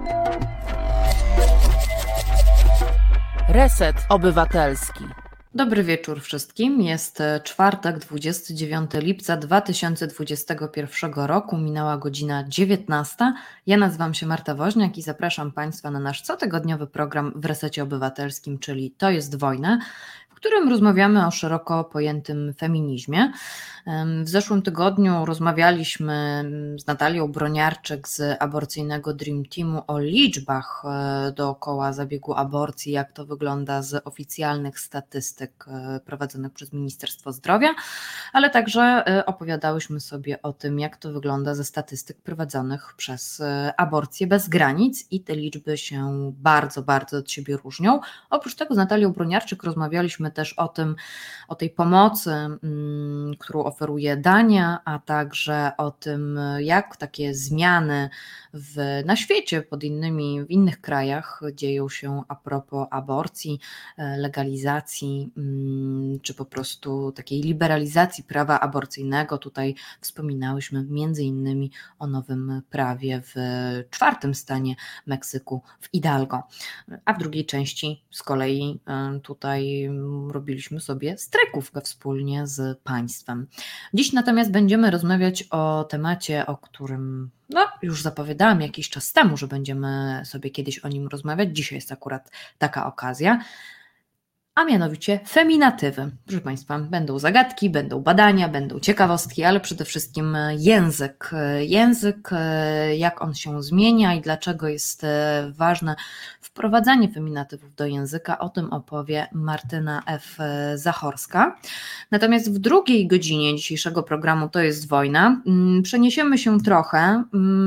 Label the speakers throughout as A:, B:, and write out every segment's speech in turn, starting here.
A: Reset Obywatelski.
B: Dobry wieczór wszystkim. Jest czwartek, 29 lipca 2021 roku. Minęła godzina 19. Ja nazywam się Marta Woźniak i zapraszam Państwa na nasz cotygodniowy program w Resecie Obywatelskim, czyli To jest wojna, w którym rozmawiamy o szeroko pojętym feminizmie. W zeszłym tygodniu rozmawialiśmy z Natalią Broniarczyk z aborcyjnego Dream Teamu o liczbach dookoła zabiegu aborcji, jak to wygląda z oficjalnych statystyk prowadzonych przez Ministerstwo Zdrowia, ale także opowiadałyśmy sobie o tym, jak to wygląda ze statystyk prowadzonych przez Aborcje Bez Granic i te liczby się bardzo, bardzo od siebie różnią. Oprócz tego z Natalią Broniarczyk rozmawialiśmy też o tej pomocy, którą oferuje Dania, a także o tym, jak takie zmiany na świecie w innych krajach dzieją się a propos aborcji, legalizacji, czy po prostu takiej liberalizacji prawa aborcyjnego. Tutaj wspominałyśmy między innymi o nowym prawie w czwartym stanie Meksyku, w Hidalgo. A w drugiej części z kolei tutaj robiliśmy sobie strajkówkę wspólnie z Państwem. Dziś natomiast będziemy rozmawiać o temacie, o którym już zapowiadałam jakiś czas temu, że będziemy sobie kiedyś o nim rozmawiać. Dzisiaj jest akurat taka okazja. A mianowicie feminatywy. Proszę Państwa, będą zagadki, będą badania, będą ciekawostki, ale przede wszystkim język. Język, jak on się zmienia i dlaczego jest ważne wprowadzanie feminatywów do języka, o tym opowie Martyna F. Zachorska. Natomiast w drugiej godzinie dzisiejszego programu To jest wojna przeniesiemy się trochę,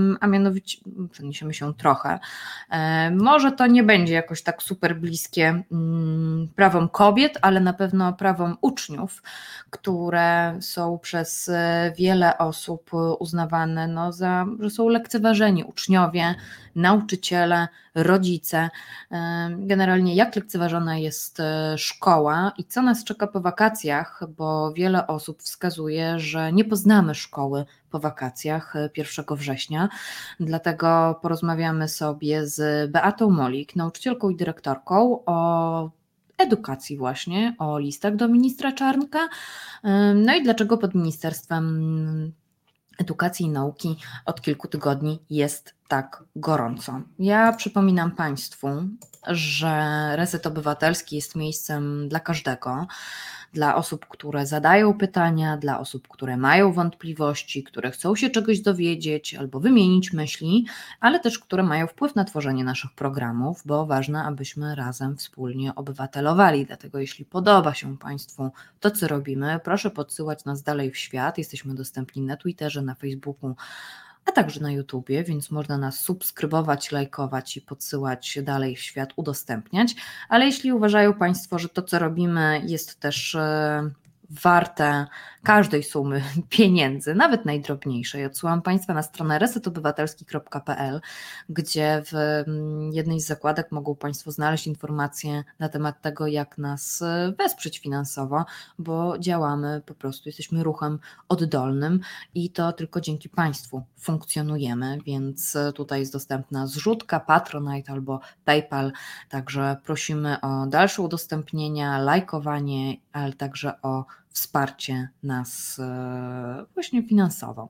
B: może to nie będzie jakoś tak super bliskie prawom kobiet, ale na pewno prawom uczniów, które są przez wiele osób uznawane że są lekceważeni uczniowie, nauczyciele, rodzice. Generalnie jak lekceważona jest szkoła i co nas czeka po wakacjach, bo wiele osób wskazuje, że nie poznamy szkoły po wakacjach 1 września. Dlatego porozmawiamy sobie z Beatą Molik, nauczycielką i dyrektorką, o edukacji właśnie, o listach do ministra Czarnka, no i dlaczego pod Ministerstwem Edukacji i Nauki od kilku tygodni jest tak gorąco. Ja przypominam Państwu, że Reset Obywatelski jest miejscem dla każdego, dla osób, które zadają pytania, dla osób, które mają wątpliwości, które chcą się czegoś dowiedzieć albo wymienić myśli, ale też które mają wpływ na tworzenie naszych programów, bo ważne, abyśmy razem wspólnie obywatelowali. Dlatego jeśli podoba się Państwu to, co robimy, proszę podsyłać nas dalej w świat. Jesteśmy dostępni na Twitterze, na Facebooku, a także na YouTubie, więc można nas subskrybować, lajkować i podsyłać dalej w świat, udostępniać. Ale jeśli uważają Państwo, że to, co robimy, jest też warte każdej sumy pieniędzy, nawet najdrobniejszej, odsyłam Państwa na stronę resetobywatelski.pl, gdzie w jednej z zakładek mogą Państwo znaleźć informacje na temat tego, jak nas wesprzeć finansowo, bo działamy po prostu, jesteśmy ruchem oddolnym i to tylko dzięki Państwu funkcjonujemy, więc tutaj jest dostępna zrzutka, Patronite albo PayPal, także prosimy o dalsze udostępnienia, lajkowanie, ale także o wsparcie nas właśnie finansowo.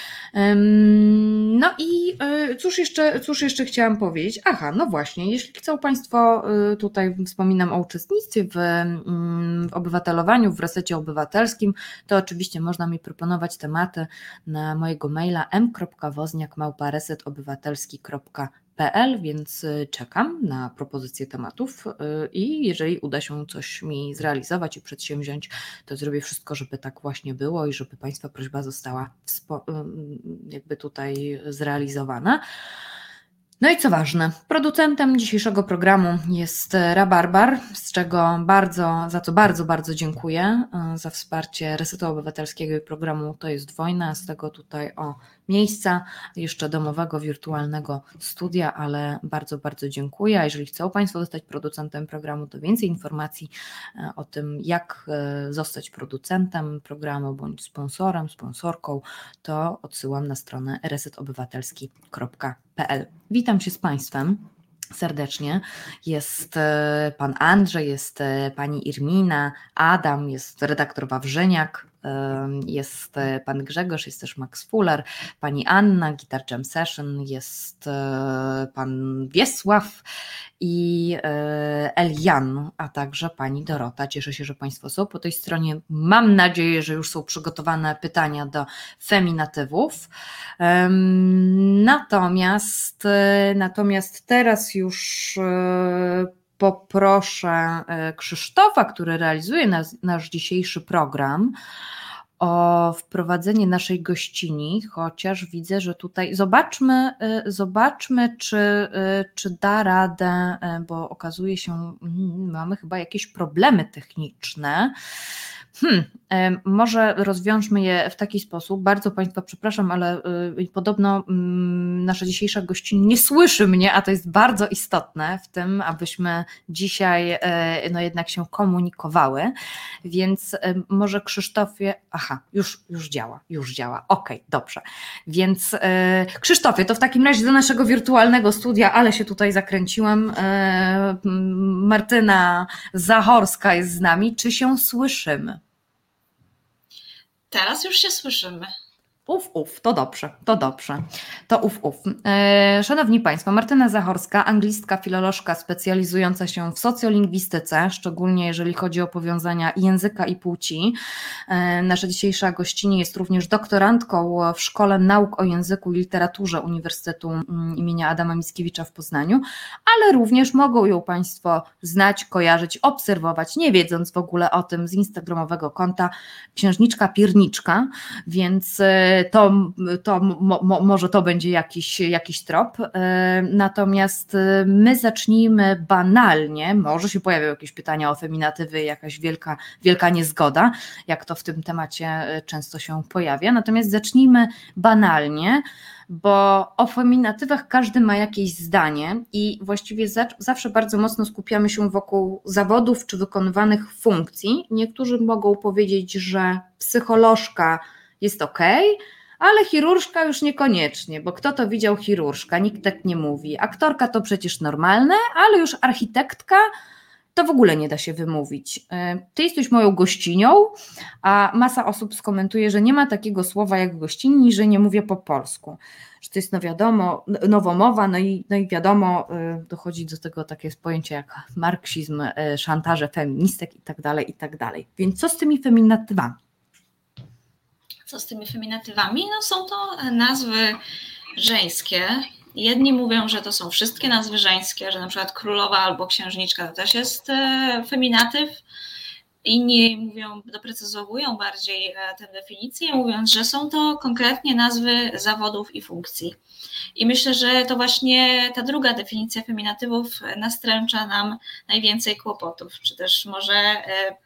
B: No i cóż jeszcze chciałam powiedzieć? Aha, no właśnie, jeśli chcą Państwo, tutaj wspominam o uczestnictwie w obywatelowaniu, w Resecie Obywatelskim, to oczywiście można mi proponować tematy na mojego maila m.wozniak@resetobywatelski.pl, więc czekam na propozycje tematów i jeżeli uda się coś mi zrealizować i przedsięwziąć, to zrobię wszystko, żeby tak właśnie było i żeby Państwa prośba została jakby tutaj zrealizowana. No i co ważne, producentem dzisiejszego programu jest Rabarbar, za co bardzo, bardzo dziękuję za wsparcie Resetu Obywatelskiego i programu To jest wojna. Z tego tutaj miejsca jeszcze domowego, wirtualnego studia, ale bardzo, bardzo dziękuję. A jeżeli chcą Państwo zostać producentem programu, to więcej informacji o tym, jak zostać producentem programu bądź sponsorem, sponsorką, to odsyłam na stronę resetobywatelski.pl. Witam się z Państwem serdecznie. Jest pan Andrzej, jest pani Irmina, Adam, jest redaktor Wawrzyniak, jest pan Grzegorz, jest też Max Fuller, pani Anna, Guitar Jam Session, jest pan Wiesław i Elian, a także pani Dorota. Cieszę się, że Państwo są po tej stronie. Mam nadzieję, że już są przygotowane pytania do feminatywów. Natomiast teraz już poproszę Krzysztofa, który realizuje nasz dzisiejszy program, o wprowadzenie naszej gościni, chociaż widzę, że tutaj zobaczmy czy da radę, bo okazuje się, mamy chyba jakieś problemy techniczne. Może rozwiążmy je w taki sposób. Bardzo Państwa przepraszam, ale podobno nasza dzisiejsza gościni nie słyszy mnie, a to jest bardzo istotne w tym, abyśmy dzisiaj jednak się komunikowały. Więc może Krzysztofie, już działa. Okej, dobrze. Więc Krzysztofie, to w takim razie do naszego wirtualnego studia, ale się tutaj zakręciłam. Martyna Zachorska jest z nami. Czy się słyszymy?
C: Teraz już się słyszymy.
B: To dobrze. Szanowni Państwo, Martyna Zachorska, anglistka, filolożka specjalizująca się w socjolingwistyce, szczególnie jeżeli chodzi o powiązania języka i płci. Nasza dzisiejsza gościni jest również doktorantką w Szkole Nauk o Języku i Literaturze Uniwersytetu imienia Adama Mickiewicza w Poznaniu, ale również mogą ją Państwo znać, kojarzyć, obserwować, nie wiedząc w ogóle o tym, z instagramowego konta Księżniczka Pierniczka, więc może to będzie jakiś trop. Natomiast my zacznijmy banalnie, może się pojawią jakieś pytania o feminatywy, jakaś wielka niezgoda, jak to w tym temacie często się pojawia, natomiast zacznijmy banalnie, bo o feminatywach każdy ma jakieś zdanie i właściwie zawsze bardzo mocno skupiamy się wokół zawodów czy wykonywanych funkcji. Niektórzy mogą powiedzieć, że psycholożka jest okej, ale chirurżka już niekoniecznie, bo kto to widział chirurżka, nikt tak nie mówi. Aktorka to przecież normalne, ale już architektka to w ogóle nie da się wymówić. Ty jesteś moją gościnią, a masa osób skomentuje, że nie ma takiego słowa jak gościni, że nie mówię po polsku. Że to jest nowomowa, no i wiadomo, dochodzi do tego takie pojęcie jak marksizm, szantaże feministek i tak dalej. Więc co z tymi feminatywami?
C: Co z tymi feminatywami? No są to nazwy żeńskie. Jedni mówią, że to są wszystkie nazwy żeńskie, że na przykład królowa albo księżniczka to też jest feminatyw. Inni mówią, doprecyzowują bardziej tę definicję, mówiąc, że są to konkretnie nazwy zawodów i funkcji. I myślę, że to właśnie ta druga definicja feminatywów nastręcza nam najwięcej kłopotów, czy też może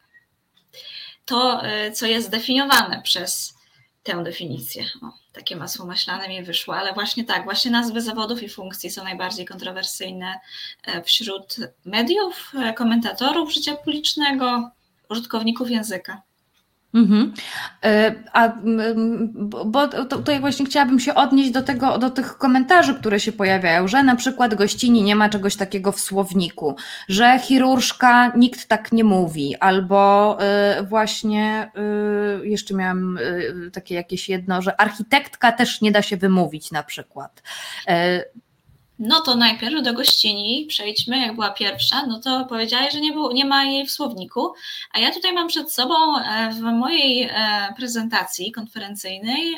C: to, co jest zdefiniowane przez tę definicję. Takie masło maślane mi wyszło, ale właśnie tak, właśnie nazwy zawodów i funkcji są najbardziej kontrowersyjne wśród mediów, komentatorów życia publicznego, użytkowników języka.
B: Bo tutaj właśnie chciałabym się odnieść do tych komentarzy, które się pojawiają, że na przykład gościni nie ma czegoś takiego w słowniku, że chirurżka nikt tak nie mówi, albo właśnie jeszcze miałam takie jakieś jedno, że architektka też nie da się wymówić na przykład.
C: No to najpierw do gościni przejdźmy, jak była pierwsza, no to powiedziałaś, że nie ma jej w słowniku, a ja tutaj mam przed sobą w mojej prezentacji konferencyjnej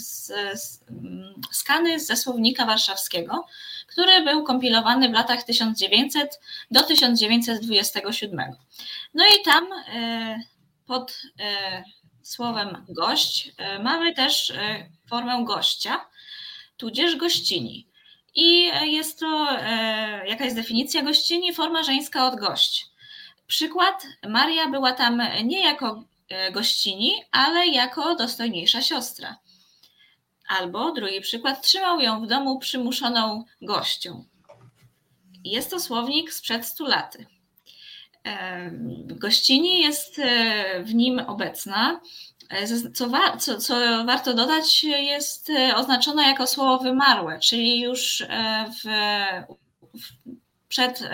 C: skany ze słownika warszawskiego, który był kompilowany w latach 1900 do 1927. No i tam pod słowem gość mamy też formę gościa, tudzież gościni. I jest to, jaka jest definicja gościni? Forma żeńska od gość. Przykład, Maria była tam nie jako gościni, ale jako dostojniejsza siostra. Albo drugi przykład, trzymał ją w domu przymuszoną gością. Jest to słownik sprzed 100 lat. Gościni jest w nim obecna. Co warto dodać, jest oznaczona jako słowo wymarłe, czyli już przed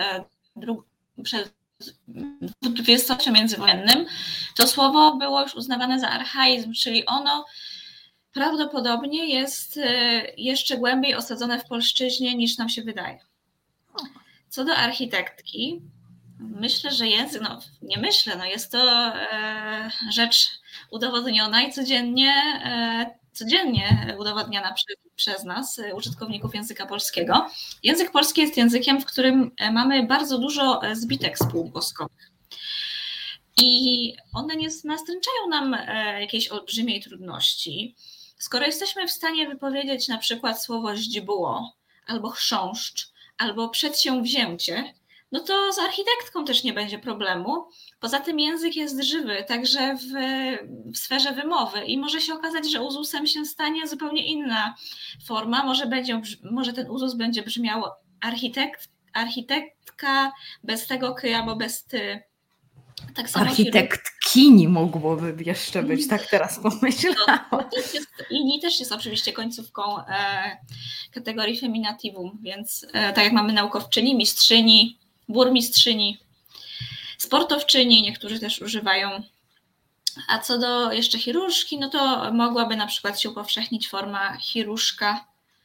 C: dwudziestoleciu międzywojennym to słowo było już uznawane za archaizm, czyli ono prawdopodobnie jest jeszcze głębiej osadzone w polszczyźnie niż nam się wydaje. Co do architektki, myślę, że język, jest to rzecz udowodniona i codziennie udowadniana przez nas, użytkowników języka polskiego. Język polski jest językiem, w którym mamy bardzo dużo zbitek spółgłoskowych. I one nie nastręczają nam jakiejś olbrzymiej trudności. Skoro jesteśmy w stanie wypowiedzieć na przykład słowo źdźbło, albo chrząszcz, albo przedsięwzięcie, no to z architektką też nie będzie problemu. Poza tym język jest żywy, także w sferze wymowy i może się okazać, że uzusem się stanie zupełnie inna forma. Może ten uzus będzie brzmiał architektka bez tego ky albo bez ty.
B: Tak samo architektkini mogłoby jeszcze być, tak teraz pomyślałam.
C: Ini też jest oczywiście końcówką kategorii feminatywum, więc tak jak mamy naukowczyni, mistrzyni, burmistrzyni, sportowczyni, niektórzy też używają. A co do jeszcze chirurżki, no to mogłaby na przykład się upowszechnić forma chirurżka.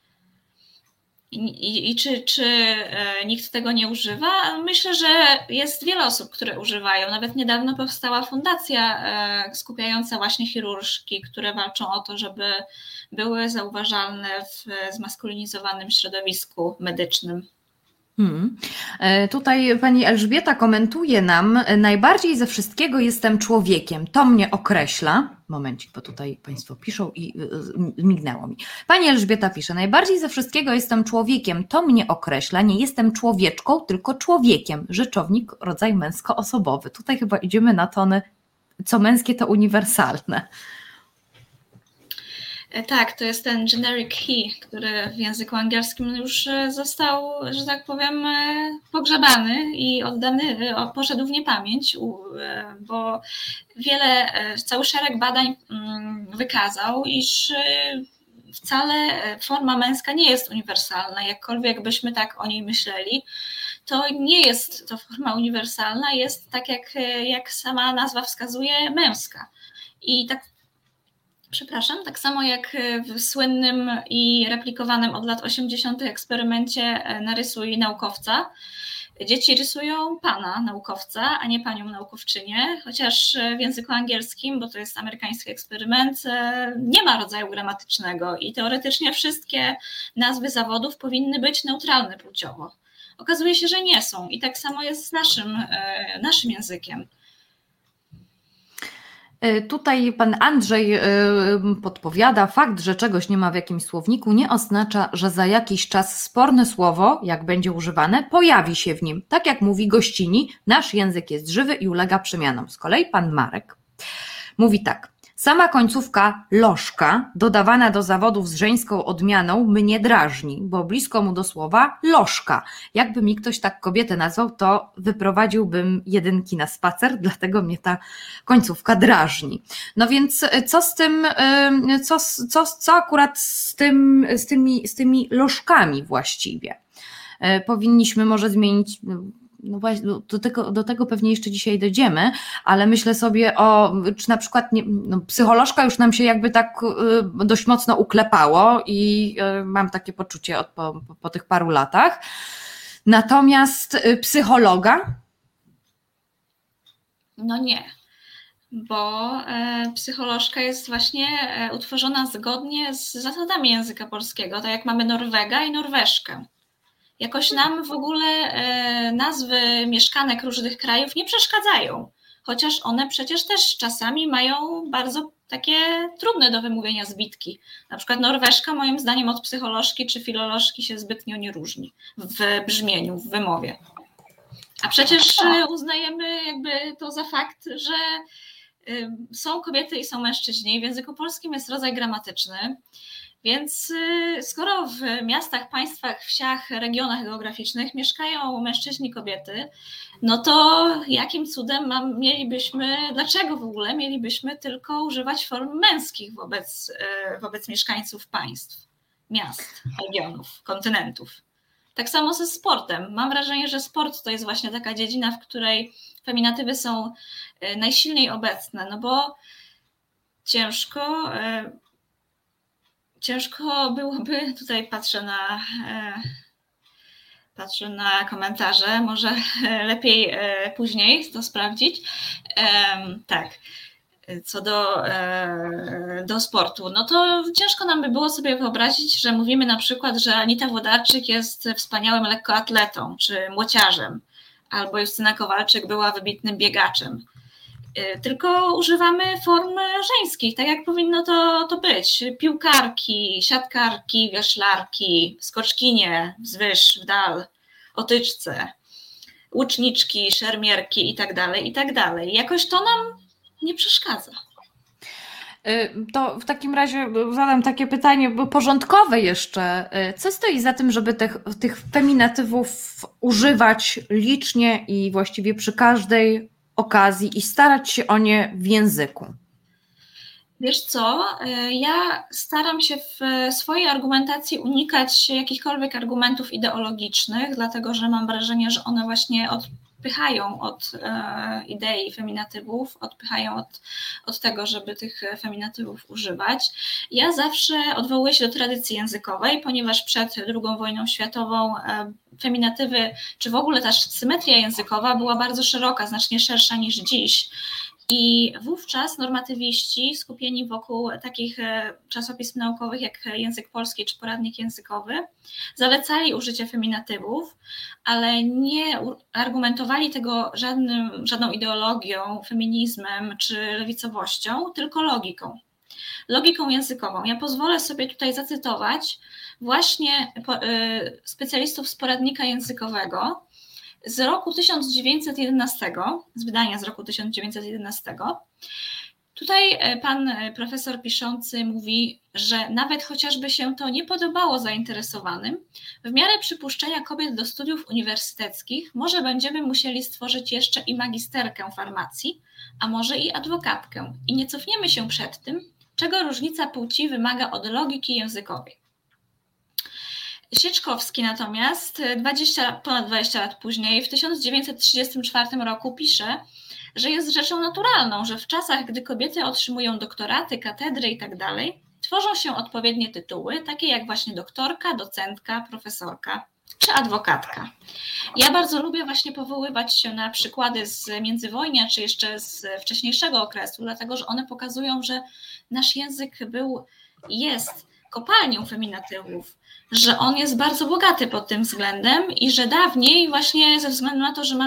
C: I czy nikt tego nie używa? Myślę, że jest wiele osób, które używają. Nawet niedawno powstała fundacja skupiająca właśnie chirurżki, które walczą o to, żeby były zauważalne w zmaskulinizowanym środowisku medycznym.
B: Tutaj pani Elżbieta komentuje nam: najbardziej ze wszystkiego jestem człowiekiem, to mnie określa. Momencik, bo tutaj państwo piszą i mignęło mi. Pani Elżbieta pisze: najbardziej ze wszystkiego jestem człowiekiem, to mnie określa, nie jestem człowieczką, tylko człowiekiem. Rzeczownik, rodzaj męskoosobowy. Tutaj chyba idziemy na tony, co męskie to uniwersalne.
C: Tak, to jest ten generic he, który w języku angielskim już został, że tak powiem, pogrzebany i oddany, poszedł w niepamięć, bo cały szereg badań wykazał, iż wcale forma męska nie jest uniwersalna, jakkolwiek byśmy tak o niej myśleli. To nie jest to forma uniwersalna, jest tak jak sama nazwa wskazuje, męska. I tak samo jak w słynnym i replikowanym od lat 80. eksperymencie Narysuj naukowca. Dzieci rysują pana naukowca, a nie panią naukowczynię, chociaż w języku angielskim, bo to jest amerykański eksperyment, nie ma rodzaju gramatycznego i teoretycznie wszystkie nazwy zawodów powinny być neutralne płciowo. Okazuje się, że nie są i tak samo jest z naszym językiem.
B: Tutaj pan Andrzej podpowiada: fakt, że czegoś nie ma w jakimś słowniku, nie oznacza, że za jakiś czas sporne słowo, jak będzie używane, pojawi się w nim. Tak jak mówi Gościni, nasz język jest żywy i ulega przemianom. Z kolei pan Marek mówi tak: sama końcówka lożka, dodawana do zawodów z żeńską odmianą, mnie drażni, bo blisko mu do słowa lożka. Jakby mi ktoś tak kobietę nazwał, to wyprowadziłbym jedynki na spacer, dlatego mnie ta końcówka drażni. No więc co z tym, co akurat z tymi lożkami właściwie? Powinniśmy może zmienić. No właśnie, do tego pewnie jeszcze dzisiaj dojdziemy, ale myślę sobie czy na przykład psycholożka już nam się jakby tak dość mocno uklepało i mam takie poczucie po tych paru latach. Natomiast psychologa?
C: No nie, bo psycholożka jest właśnie utworzona zgodnie z zasadami języka polskiego, tak jak mamy Norwega i Norweszkę. Jakoś nam w ogóle nazwy mieszkanek różnych krajów nie przeszkadzają, chociaż one przecież też czasami mają bardzo takie trudne do wymówienia zbitki. Na przykład Norweszka moim zdaniem od psycholożki czy filolożki się zbytnio nie różni w brzmieniu, w wymowie. A przecież uznajemy jakby to za fakt, że są kobiety i są mężczyźni. W języku polskim jest rodzaj gramatyczny. Więc skoro w miastach, państwach, wsiach, regionach geograficznych mieszkają mężczyźni, kobiety, no to jakim cudem dlaczego w ogóle mielibyśmy tylko używać form męskich wobec mieszkańców państw, miast, regionów, kontynentów? Tak samo ze sportem. Mam wrażenie, że sport to jest właśnie taka dziedzina, w której feminatywy są najsilniej obecne, no bo ciężko byłoby, tutaj patrzę na komentarze, może lepiej później to sprawdzić. Tak, co do sportu, no to ciężko nam by było sobie wyobrazić, że mówimy na przykład, że Anita Włodarczyk jest wspaniałym lekkoatletą czy młociarzem, albo Justyna Kowalczyk była wybitnym biegaczem. Tylko używamy form żeńskich, tak jak powinno to być. Piłkarki, siatkarki, wioślarki, skoczkinie, wzwyż, w dal, otyczce, łuczniczki, szermierki i tak dalej. Jakoś to nam nie przeszkadza.
B: To w takim razie zadam takie pytanie porządkowe jeszcze. Co stoi za tym, żeby tych feminatywów używać licznie i właściwie przy każdej okazji i starać się o nie w języku?
C: Wiesz co, ja staram się w swojej argumentacji unikać jakichkolwiek argumentów ideologicznych, dlatego że mam wrażenie, że one właśnie odpychają od idei feminatywów, odpychają od tego, żeby tych feminatywów używać. Ja zawsze odwołuję się do tradycji językowej, ponieważ przed II wojną światową feminatywy, czy w ogóle ta symetria językowa była bardzo szeroka, znacznie szersza niż dziś. I wówczas normatywiści skupieni wokół takich czasopism naukowych jak Język Polski czy Poradnik Językowy zalecali użycie feminatywów, ale nie argumentowali tego żadną ideologią, feminizmem czy lewicowością, tylko logiką językową. Ja pozwolę sobie tutaj zacytować właśnie specjalistów z Poradnika Językowego z roku 1911, z wydania z roku 1911. Tutaj pan profesor piszący mówi, że nawet chociażby się to nie podobało zainteresowanym, w miarę przypuszczenia kobiet do studiów uniwersyteckich może będziemy musieli stworzyć jeszcze i magisterkę farmacji, a może i adwokatkę. I nie cofniemy się przed tym, czego różnica płci wymaga od logiki językowej. Sieczkowski natomiast ponad 20 lat później, w 1934 roku pisze, że jest rzeczą naturalną, że w czasach, gdy kobiety otrzymują doktoraty, katedry itd., tworzą się odpowiednie tytuły, takie jak właśnie doktorka, docentka, profesorka czy adwokatka. Ja bardzo lubię właśnie powoływać się na przykłady z międzywojnia, czy jeszcze z wcześniejszego okresu, dlatego że one pokazują, że nasz język jest kopalnią feminatywów, że on jest bardzo bogaty pod tym względem i że dawniej właśnie ze względu na to, że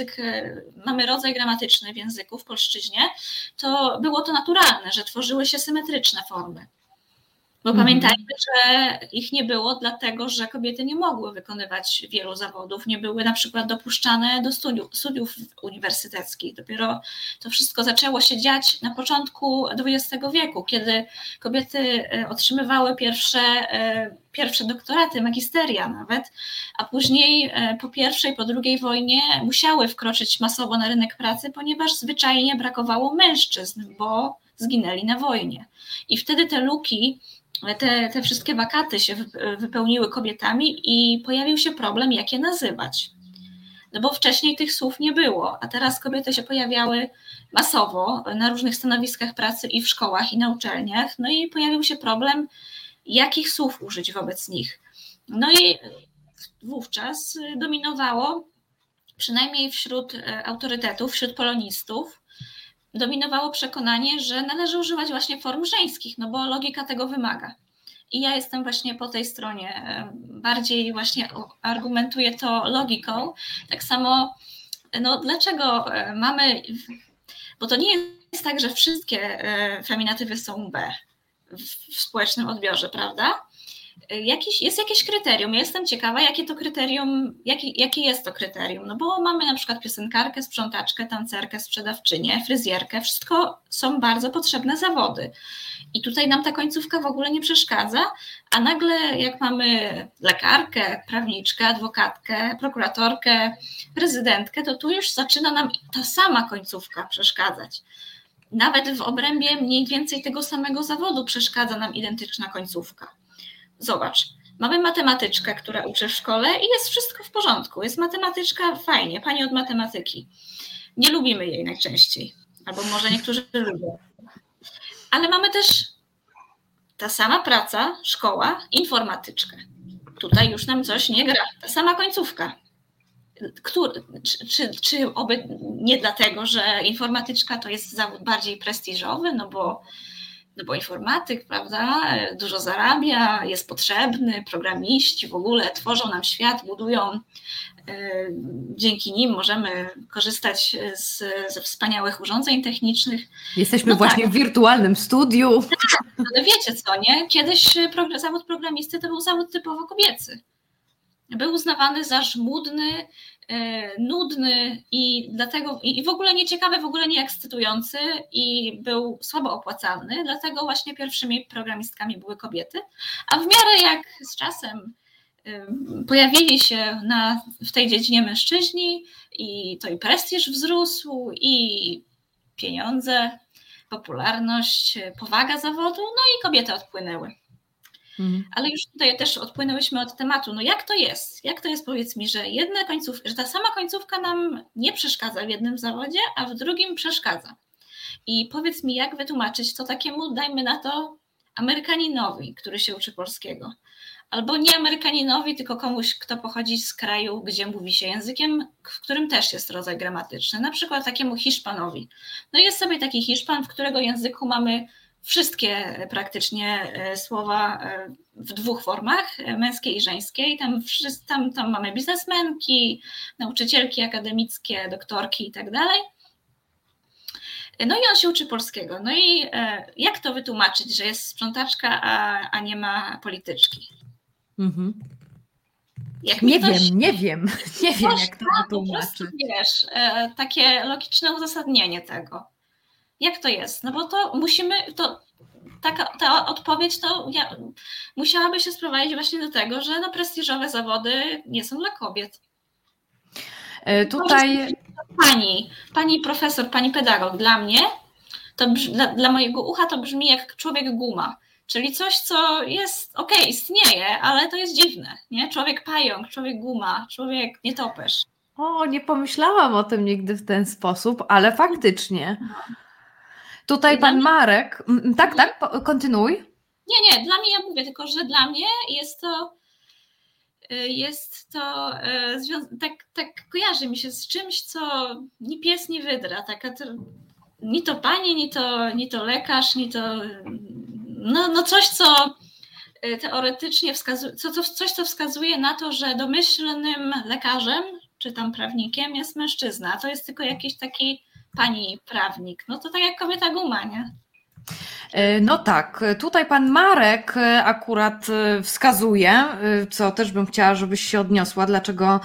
C: mamy rodzaj gramatyczny w języku, w polszczyźnie, to było to naturalne, że tworzyły się symetryczne formy. Bo pamiętajmy, że ich nie było dlatego, że kobiety nie mogły wykonywać wielu zawodów, nie były na przykład dopuszczane do studiów uniwersyteckich. Dopiero to wszystko zaczęło się dziać na początku XX wieku, kiedy kobiety otrzymywały pierwsze doktoraty, magisteria nawet, a później po I, po II wojnie musiały wkroczyć masowo na rynek pracy, ponieważ zwyczajnie brakowało mężczyzn, bo zginęli na wojnie. I wtedy te luki, te wszystkie wakaty się wypełniły kobietami i pojawił się problem, jak je nazywać. No bo wcześniej tych słów nie było, a teraz kobiety się pojawiały masowo na różnych stanowiskach pracy i w szkołach, i na uczelniach, no i pojawił się problem, jakich słów użyć wobec nich. No i wówczas dominowało, przynajmniej wśród autorytetów, wśród polonistów, dominowało przekonanie, że należy używać właśnie form żeńskich, no bo logika tego wymaga. I ja jestem właśnie po tej stronie, bardziej właśnie argumentuję to logiką. Tak samo, no dlaczego mamy, bo to nie jest tak, że wszystkie feminatywy są B w społecznym odbiorze, prawda? jest jakieś kryterium. Ja jestem ciekawa, jakie jest to kryterium. No bo mamy na przykład piosenkarkę, sprzątaczkę, tancerkę, sprzedawczynię, fryzjerkę. Wszystko są bardzo potrzebne zawody. I tutaj nam ta końcówka w ogóle nie przeszkadza, a nagle jak mamy lekarkę, prawniczkę, adwokatkę, prokuratorkę, prezydentkę, to tu już zaczyna nam ta sama końcówka przeszkadzać. Nawet w obrębie mniej więcej tego samego zawodu przeszkadza nam identyczna końcówka. Zobacz, mamy matematyczkę, która uczy w szkole i jest wszystko w porządku. Jest matematyczka, fajnie, pani od matematyki. Nie lubimy jej najczęściej, albo może niektórzy lubią. Ale mamy też ta sama praca, szkoła, informatyczkę. Tutaj już nam coś nie gra. Ta sama końcówka. Czy oby nie dlatego, że informatyczka to jest zawód bardziej prestiżowy, no bo informatyk, prawda, dużo zarabia, jest potrzebny, programiści w ogóle tworzą nam świat, budują, dzięki nim możemy korzystać ze wspaniałych urządzeń technicznych.
B: Jesteśmy właśnie w wirtualnym studiu.
C: Ale wiecie co, nie? Kiedyś zawód programisty to był zawód typowo kobiecy. Był uznawany za żmudny, nudny i dlatego i w ogóle nieciekawy, w ogóle nieekscytujący i był słabo opłacalny, dlatego właśnie pierwszymi programistkami były kobiety, a w miarę jak z czasem pojawili się w tej dziedzinie mężczyźni i to i prestiż wzrósł i pieniądze, popularność, powaga zawodu, no i kobiety odpłynęły. Ale już tutaj też odpłynęłyśmy od tematu. No jak to jest? Jak to jest, powiedz mi, że że ta sama końcówka nam nie przeszkadza w jednym zawodzie, a w drugim przeszkadza. I powiedz mi, jak wytłumaczyć to takiemu, dajmy na to, Amerykaninowi, który się uczy polskiego. Albo nie Amerykaninowi, tylko komuś, kto pochodzi z kraju, gdzie mówi się językiem, w którym też jest rodzaj gramatyczny. Na przykład takiemu Hiszpanowi. No jest sobie taki Hiszpan, w którego języku mamy wszystkie praktycznie słowa w dwóch formach, męskiej i żeńskiej. Tam mamy biznesmenki, nauczycielki akademickie, doktorki i tak dalej. No i on się uczy polskiego. No i jak to wytłumaczyć, że jest sprzątaczka, a nie ma polityczki?
B: Nie wiem, jak to wytłumaczyć.
C: Wiesz, takie logiczne uzasadnienie tego. Jak to jest? No bo to ta odpowiedź musiałaby się sprowadzić właśnie do tego, że prestiżowe zawody nie są dla kobiet.
B: Tutaj
C: pani profesor, pani pedagog, dla mnie, dla mojego ucha to brzmi jak człowiek guma, czyli coś, co jest istnieje, ale to jest dziwne, nie? Człowiek pająk, człowiek guma, człowiek nietoperz.
B: Nie pomyślałam o tym nigdy w ten sposób, ale faktycznie. Tutaj pan Marek, tak, kontynuuj.
C: Nie, dla mnie, ja mówię tylko, że dla mnie tak kojarzy mi się z czymś, co ni pies, ni wydra, ni to pani, ni to lekarz, ni to coś, co teoretycznie wskazuje, coś, co wskazuje na to, że domyślnym lekarzem, czy tam prawnikiem jest mężczyzna, a to jest tylko jakiś taki pani prawnik, no to tak jak kobieta guma, nie?
B: No tak, tutaj pan Marek akurat wskazuje, co też bym chciała, żebyś się odniosła, dlaczego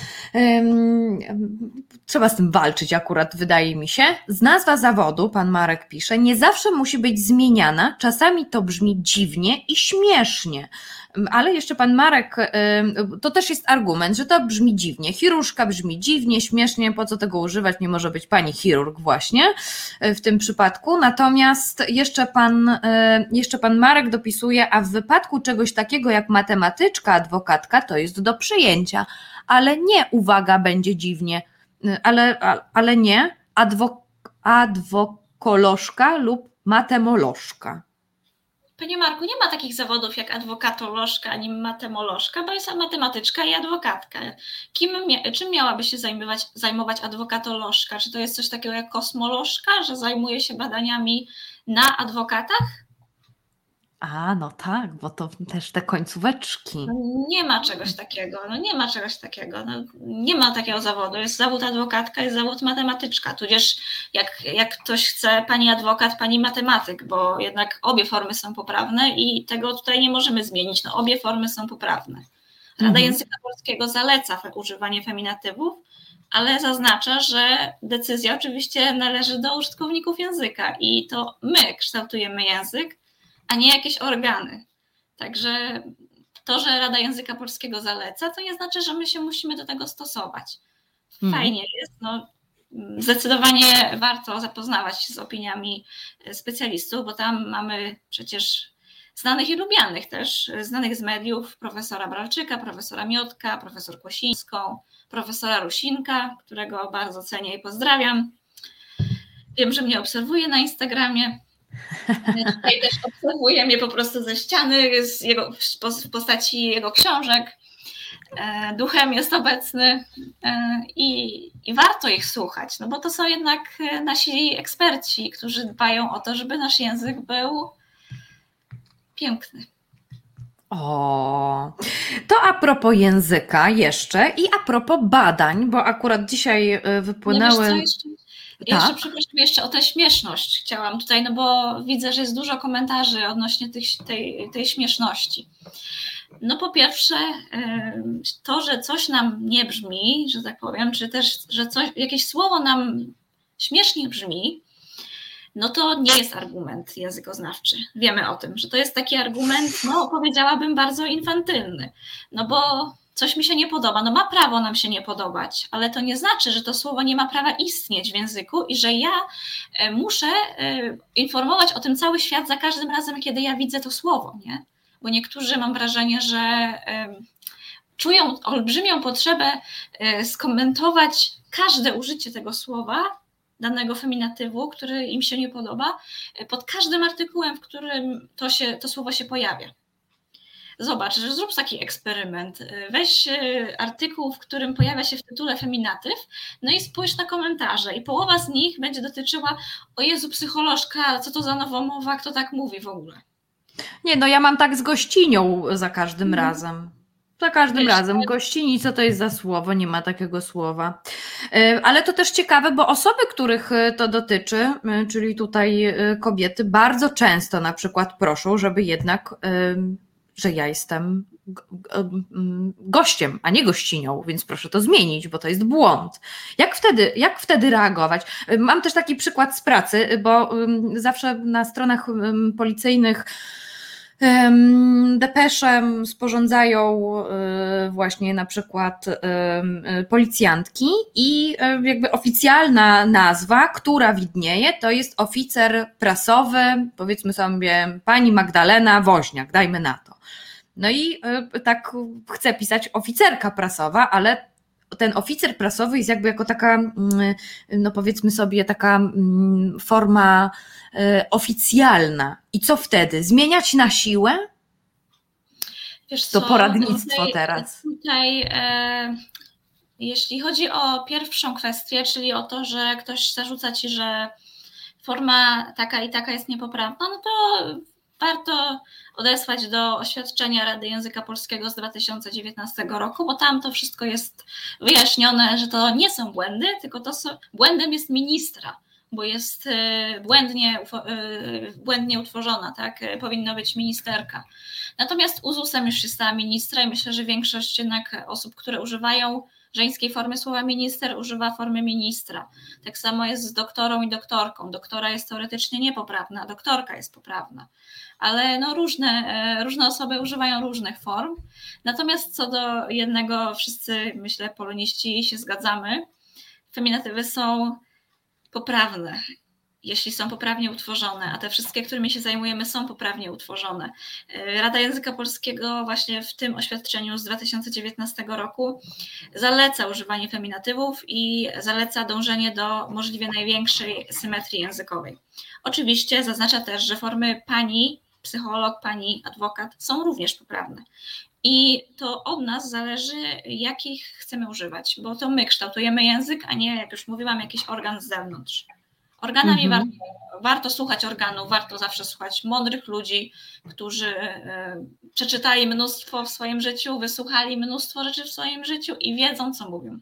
B: trzeba z tym walczyć akurat, wydaje mi się. Z nazwa zawodu, pan Marek pisze, nie zawsze musi być zmieniana, czasami to brzmi dziwnie i śmiesznie. Ale jeszcze pan Marek, to też jest argument, że to brzmi dziwnie. Chirurżka brzmi dziwnie, śmiesznie, po co tego używać, nie może być pani chirurg właśnie w tym przypadku. Natomiast jeszcze pan Marek dopisuje, a w wypadku czegoś takiego jak matematyczka, adwokatka, to jest do przyjęcia. Ale nie, uwaga, będzie dziwnie, ale nie, adwokolożka lub matemolożka.
C: Panie Marku, nie ma takich zawodów jak adwokatolożka ani matemolożka, bo jest matematyczka i adwokatka. Czym miałaby się zajmować adwokatolożka? Czy to jest coś takiego jak kosmolożka, że zajmuje się badaniami na adwokatach?
B: A, no tak, bo to też te końcóweczki.
C: No nie ma czegoś takiego, nie ma czegoś takiego, nie ma takiego zawodu. Jest zawód adwokatka, jest zawód matematyczka, tudzież jak ktoś chce pani adwokat, pani matematyk, bo jednak obie formy są poprawne i tego tutaj nie możemy zmienić, obie formy są poprawne. Rada Języka Polskiego zaleca używanie feminatywów, ale zaznacza, że decyzja oczywiście należy do użytkowników języka i to my kształtujemy język, a nie jakieś organy. Także to, że Rada Języka Polskiego zaleca, to nie znaczy, że my się musimy do tego stosować. Fajnie jest, zdecydowanie warto zapoznawać się z opiniami specjalistów, bo tam mamy przecież znanych i lubianych też, znanych z mediów, profesora Bralczyka, profesora Miotka, profesor Kłosińską, profesora Rusinka, którego bardzo cenię i pozdrawiam. Wiem, że mnie obserwuje na Instagramie. Tutaj też obserwuję mnie po prostu ze ściany w postaci jego książek. Duchem jest obecny i warto ich słuchać, bo to są jednak nasi eksperci, którzy dbają o to, żeby nasz język był piękny.
B: O, to a propos języka jeszcze i a propos badań, bo akurat dzisiaj wypłynęły...
C: No jeszcze, przepraszam, jeszcze o tę śmieszność chciałam tutaj, bo widzę, że jest dużo komentarzy odnośnie tej śmieszności. Po pierwsze, to, że coś nam nie brzmi, że tak powiem, czy też, że jakieś słowo nam śmiesznie brzmi, to nie jest argument językoznawczy. Wiemy o tym, że to jest taki argument, powiedziałabym, bardzo infantylny, bo coś mi się nie podoba, ma prawo nam się nie podobać, ale to nie znaczy, że to słowo nie ma prawa istnieć w języku i że ja muszę informować o tym cały świat za każdym razem, kiedy ja widzę to słowo, nie? Bo niektórzy, mam wrażenie, że czują olbrzymią potrzebę skomentować każde użycie tego słowa, danego feminatywu, który im się nie podoba, pod każdym artykułem, w którym to słowo się pojawia. Zobacz, że zrób taki eksperyment. Weź artykuł, w którym pojawia się w tytule feminatyw, i spójrz na komentarze i połowa z nich będzie dotyczyła: o Jezu, psycholożka, co to za nowomowa, kto tak mówi w ogóle?
B: Nie, ja mam tak z gościnią za każdym razem. Za każdym razem. Gościni, co to jest za słowo? Nie ma takiego słowa. Ale to też ciekawe, bo osoby, których to dotyczy, czyli tutaj kobiety, bardzo często na przykład proszą, żeby jednak, że ja jestem gościem, a nie gościnią, więc proszę to zmienić, bo to jest błąd. Jak wtedy reagować? Mam też taki przykład z pracy, bo zawsze na stronach policyjnych depesze sporządzają właśnie na przykład policjantki i jakby oficjalna nazwa, która widnieje, to jest oficer prasowy, powiedzmy sobie pani Magdalena Woźniak, dajmy na to. I tak chcę pisać oficerka prasowa, ale ten oficer prasowy jest jakby jako taka, powiedzmy sobie, taka forma oficjalna. I co wtedy? Zmieniać na siłę?
C: Wiesz
B: to poradnictwo teraz.
C: Tutaj, jeśli chodzi o pierwszą kwestię, czyli o to, że ktoś zarzuca ci, że forma taka i taka jest niepoprawna, to warto odesłać do oświadczenia Rady Języka Polskiego z 2019 roku, bo tam to wszystko jest wyjaśnione, że to nie są błędy, tylko błędem jest ministra, bo jest błędnie utworzona, tak? Powinno być ministerka. Natomiast uzusem już się stała ministra i myślę, że większość jednak osób, które używają żeńskiej formy słowa minister, używa formy ministra. Tak samo jest z doktorą i doktorką. Doktora jest teoretycznie niepoprawna, doktorka jest poprawna, ale różne osoby używają różnych form. Natomiast co do jednego, wszyscy, myślę, poloniści się zgadzamy, feminatywy są poprawne, jeśli są poprawnie utworzone, a te wszystkie, którymi się zajmujemy, są poprawnie utworzone. Rada Języka Polskiego właśnie w tym oświadczeniu z 2019 roku zaleca używanie feminatywów i zaleca dążenie do możliwie największej symetrii językowej. Oczywiście zaznacza też, że formy pani psycholog, pani adwokat są również poprawne. I to od nas zależy, jakich chcemy używać, bo to my kształtujemy język, a nie, jak już mówiłam, jakiś organ z zewnątrz. Organami warto słuchać organów, warto zawsze słuchać mądrych ludzi, którzy przeczytali mnóstwo w swoim życiu, wysłuchali mnóstwo rzeczy w swoim życiu i wiedzą, co mówią.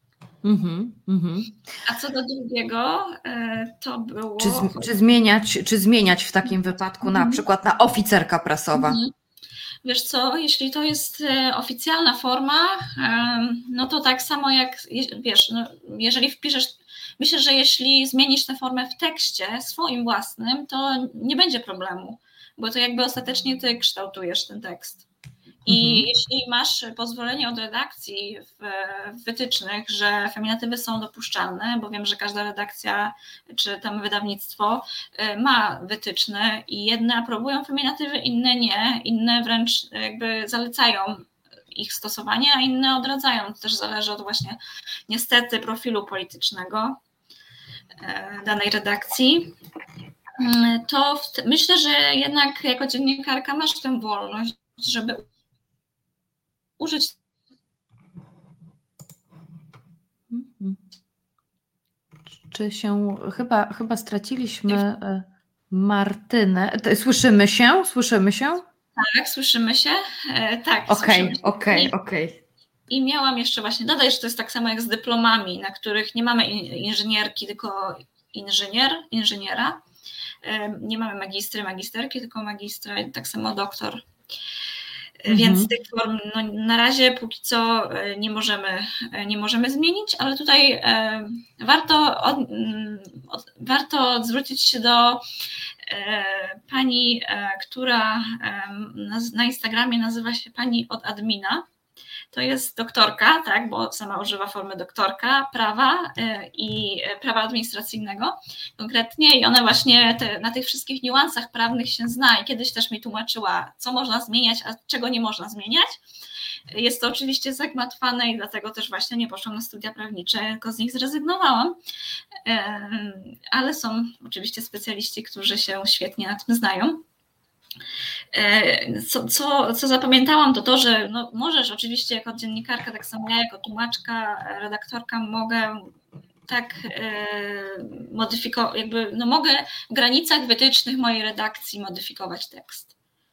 C: A co do drugiego, to było...
B: Czy zmieniać w takim wypadku na przykład na oficerka prasowa?
C: Wiesz co, jeśli to jest oficjalna forma, no to tak samo jak, wiesz, no, jeżeli wpiszesz, myślę, że jeśli zmienisz tę formę w tekście swoim własnym, to nie będzie problemu, bo to jakby ostatecznie ty kształtujesz ten tekst. I jeśli masz pozwolenie od redakcji w wytycznych, że feminatywy są dopuszczalne, bo wiem, że każda redakcja czy tam wydawnictwo ma wytyczne i jedne aprobują feminatywy, inne nie, inne wręcz jakby zalecają ich stosowanie, a inne odradzają. To też zależy od właśnie niestety profilu politycznego danej redakcji. To myślę, że jednak jako dziennikarka masz tę wolność, żeby użyć.
B: Czy się chyba straciliśmy Martynę? Słyszymy się?
C: Tak, słyszymy się. Tak.
B: Okej.
C: I miałam jeszcze właśnie dodać, że to jest tak samo jak z dyplomami, na których nie mamy inżynierki, tylko inżyniera. Nie mamy magistry, magisterki, tylko magistra, tak samo doktor. Więc tych form no, na razie póki co nie możemy zmienić, ale tutaj warto zwrócić się do pani, która na Instagramie nazywa się pani od admina. To jest doktorka, tak, bo sama używa formy doktorka prawa i prawa administracyjnego konkretnie i ona właśnie na tych wszystkich niuansach prawnych się zna i kiedyś też mi tłumaczyła, co można zmieniać, a czego nie można zmieniać. Jest to oczywiście zagmatwane i dlatego też właśnie nie poszłam na studia prawnicze, tylko z nich zrezygnowałam, ale są oczywiście specjaliści, którzy się świetnie na tym znają. Co zapamiętałam, to, że no, możesz oczywiście jako dziennikarka, tak samo ja jako tłumaczka, redaktorka mogę tak modyfikować, jakby no mogę w granicach wytycznych mojej redakcji modyfikować tekst.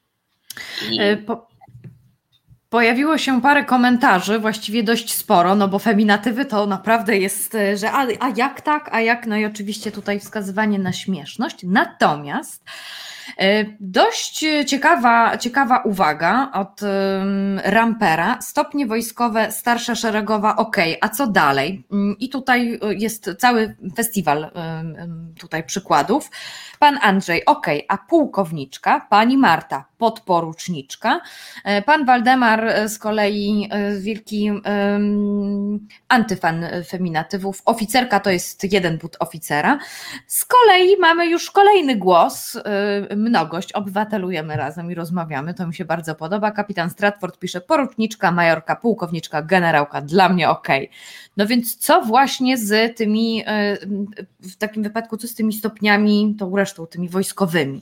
B: Pojawiło się parę komentarzy, właściwie dość sporo, no bo feminatywy to naprawdę jest, że a jak tak, a jak, no i oczywiście tutaj wskazywanie na śmieszność. Natomiast dość ciekawa uwaga od Rampera. Stopnie wojskowe, starsza szeregowa, a co dalej? I tutaj jest cały festiwal tutaj przykładów. Pan Andrzej, a pułkowniczka, pani Marta, podporuczniczka, pan Waldemar z kolei wielki antyfan feminatywów, oficerka to jest jeden but oficera. Z kolei mamy już kolejny głos, mnogość, obywatelujemy razem i rozmawiamy, to mi się bardzo podoba. Kapitan Stratford pisze poruczniczka, majorka, pułkowniczka, generałka, dla mnie No więc co właśnie z tymi, w takim wypadku, co z tymi stopniami, tą resztą, tymi wojskowymi?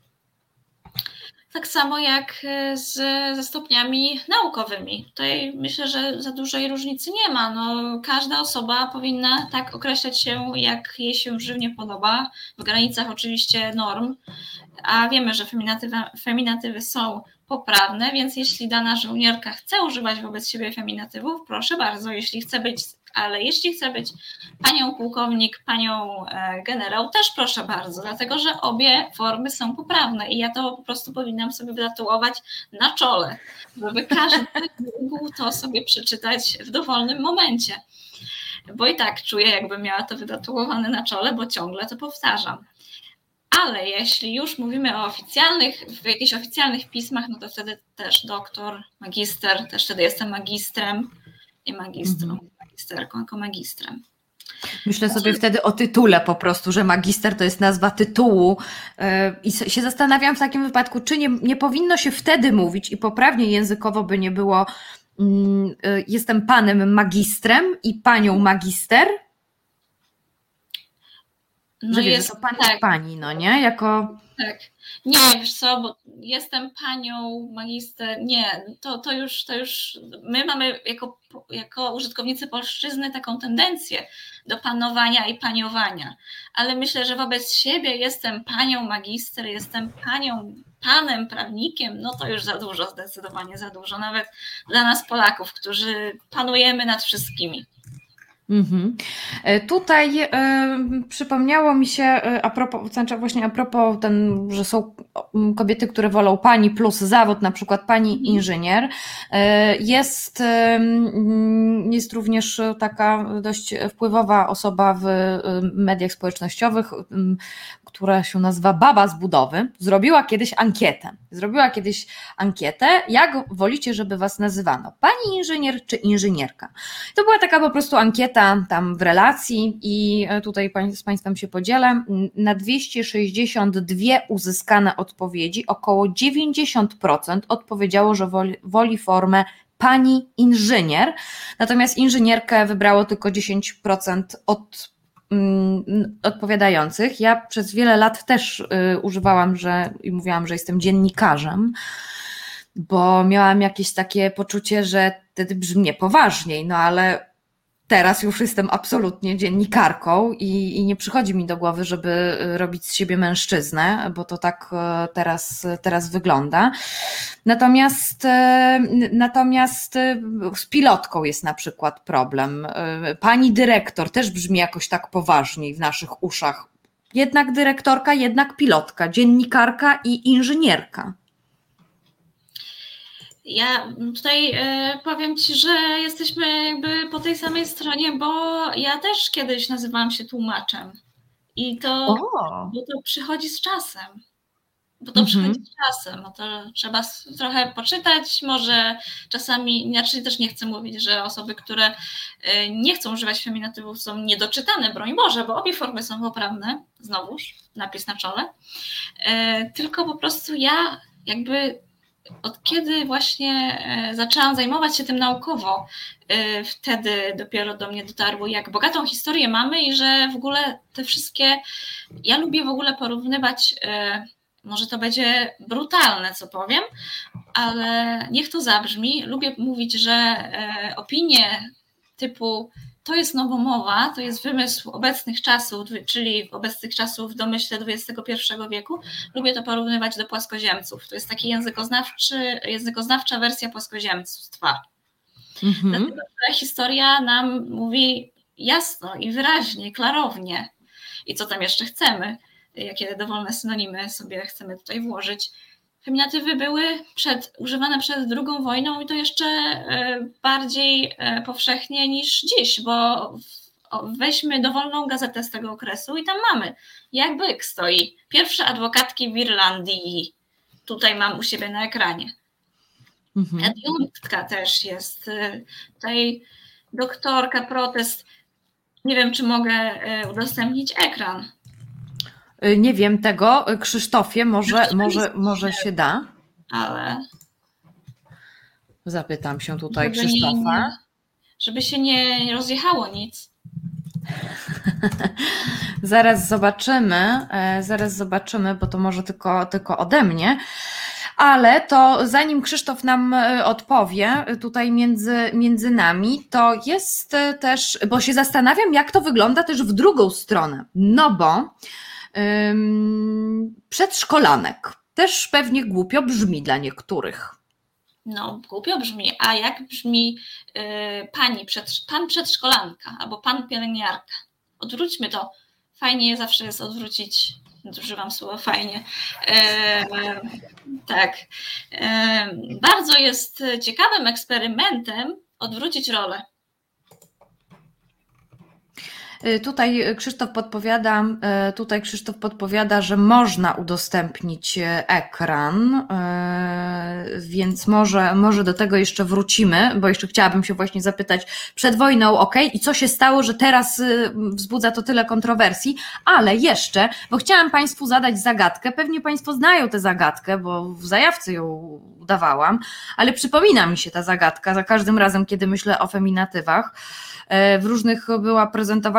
C: Tak samo jak ze stopniami naukowymi. Tutaj myślę, że za dużej różnicy nie ma. No, każda osoba powinna tak określać się, jak jej się żywnie podoba, w granicach oczywiście norm, a wiemy, że feminatywy są poprawne, więc jeśli dana żołnierka chce używać wobec siebie feminatywów, proszę bardzo, jeśli chce być panią pułkownik, panią generał, też proszę bardzo, dlatego że obie formy są poprawne i ja to po prostu powinnam sobie wytatuować na czole, żeby każdy mógł to sobie przeczytać w dowolnym momencie. Bo i tak czuję, jakbym miała to wytatuowane na czole, bo ciągle to powtarzam. Ale jeśli już mówimy o w jakichś oficjalnych pismach, no to wtedy też doktor, magister, też wtedy jestem magistrem, nie magistrą, magisterką, tylko magistrem.
B: Myślę sobie wtedy o tytule po prostu, że magister to jest nazwa tytułu i się zastanawiam w takim wypadku, czy nie powinno się wtedy mówić i poprawnie językowo by nie było jestem panem magistrem i panią magister?
C: No
B: że
C: jest,
B: to pani
C: tak.
B: jest pani, no nie? Jako...
C: Tak. Nie, wiesz co, bo jestem panią magister. Nie, to już my mamy jako użytkownicy polszczyzny taką tendencję do panowania i paniowania, ale myślę, że wobec siebie jestem panią magister, jestem panem prawnikiem, no to już za dużo, zdecydowanie za dużo, nawet dla nas Polaków, którzy panujemy nad wszystkimi.
B: Tutaj przypomniało mi się a propos że są kobiety, które wolą pani plus zawód, na przykład pani inżynier. Jest również taka dość wpływowa osoba w mediach społecznościowych, która się nazywa Baba z budowy. Zrobiła kiedyś ankietę, jak wolicie, żeby was nazywano, pani inżynier czy inżynierka. To była taka po prostu ankieta tam w relacji i tutaj z Państwem się podzielę. Na 262 uzyskane odpowiedzi około 90% odpowiedziało, że woli formę pani inżynier, natomiast inżynierkę wybrało tylko 10% odpowiadających. Ja przez wiele lat też używałam i mówiłam, że jestem dziennikarzem, bo miałam jakieś takie poczucie, że wtedy brzmi poważniej, no ale teraz już jestem absolutnie dziennikarką i nie przychodzi mi do głowy, żeby robić z siebie mężczyznę, bo to tak teraz wygląda. Natomiast z pilotką jest na przykład problem. Pani dyrektor też brzmi jakoś tak poważniej w naszych uszach. Jednak dyrektorka, jednak pilotka, dziennikarka i inżynierka.
C: Ja tutaj powiem Ci, że jesteśmy jakby po tej samej stronie, bo ja też kiedyś nazywałam się tłumaczem i to przychodzi z czasem. Przychodzi z czasem, no to trzeba trochę poczytać, może czasami, inaczej też nie chcę mówić, że osoby, które nie chcą używać feminatywów są niedoczytane, broń Boże, bo obie formy są poprawne, znowuż napis na czole, tylko po prostu ja jakby od kiedy właśnie zaczęłam zajmować się tym naukowo, wtedy dopiero do mnie dotarło, jak bogatą historię mamy i że w ogóle te wszystkie, ja lubię w ogóle porównywać, może to będzie brutalne, co powiem, ale niech to zabrzmi. Lubię mówić, że opinie typu to jest nowomowa, to jest wymysł obecnych czasów, czyli obecnych czasów w domyśle XXI wieku. Lubię to porównywać do płaskoziemców. To jest taki językoznawcza wersja płaskoziemstwa. Dlatego, że historia nam mówi jasno i wyraźnie, klarownie. I co tam jeszcze chcemy, jakie dowolne synonimy sobie chcemy tutaj włożyć. Feminatywy były używane przed II wojną i to jeszcze bardziej powszechnie niż dziś, bo weźmy dowolną gazetę z tego okresu i tam mamy, jak byk stoi, pierwsze adwokatki w Irlandii, tutaj mam u siebie na ekranie. Adiunktka też jest, tutaj doktorka, protest, nie wiem, czy mogę udostępnić ekran.
B: Nie wiem tego, Krzysztofie, może się da?
C: Ale
B: zapytam się tutaj Krzysztofa.
C: Żeby się nie rozjechało nic.
B: Zaraz zobaczymy, bo to może tylko ode mnie. Ale to zanim Krzysztof nam odpowie tutaj między nami, to jest też, bo się zastanawiam, jak to wygląda też w drugą stronę. No bo przedszkolanek też pewnie głupio brzmi dla niektórych.
C: No, głupio brzmi, a jak brzmi pan przedszkolanka albo pan pielęgniarka? Odwróćmy to. Fajnie zawsze jest odwrócić, używam słowa fajnie. Tak. Bardzo jest ciekawym eksperymentem odwrócić rolę.
B: Tutaj Krzysztof podpowiada, że można udostępnić ekran, więc może do tego jeszcze wrócimy, bo jeszcze chciałabym się właśnie zapytać przed wojną, i co się stało, że teraz wzbudza to tyle kontrowersji, ale jeszcze, bo chciałam Państwu zadać zagadkę, pewnie Państwo znają tę zagadkę, bo w zajawce ją dawałam, ale przypomina mi się ta zagadka za każdym razem, kiedy myślę o feminatywach. W różnych była prezentowana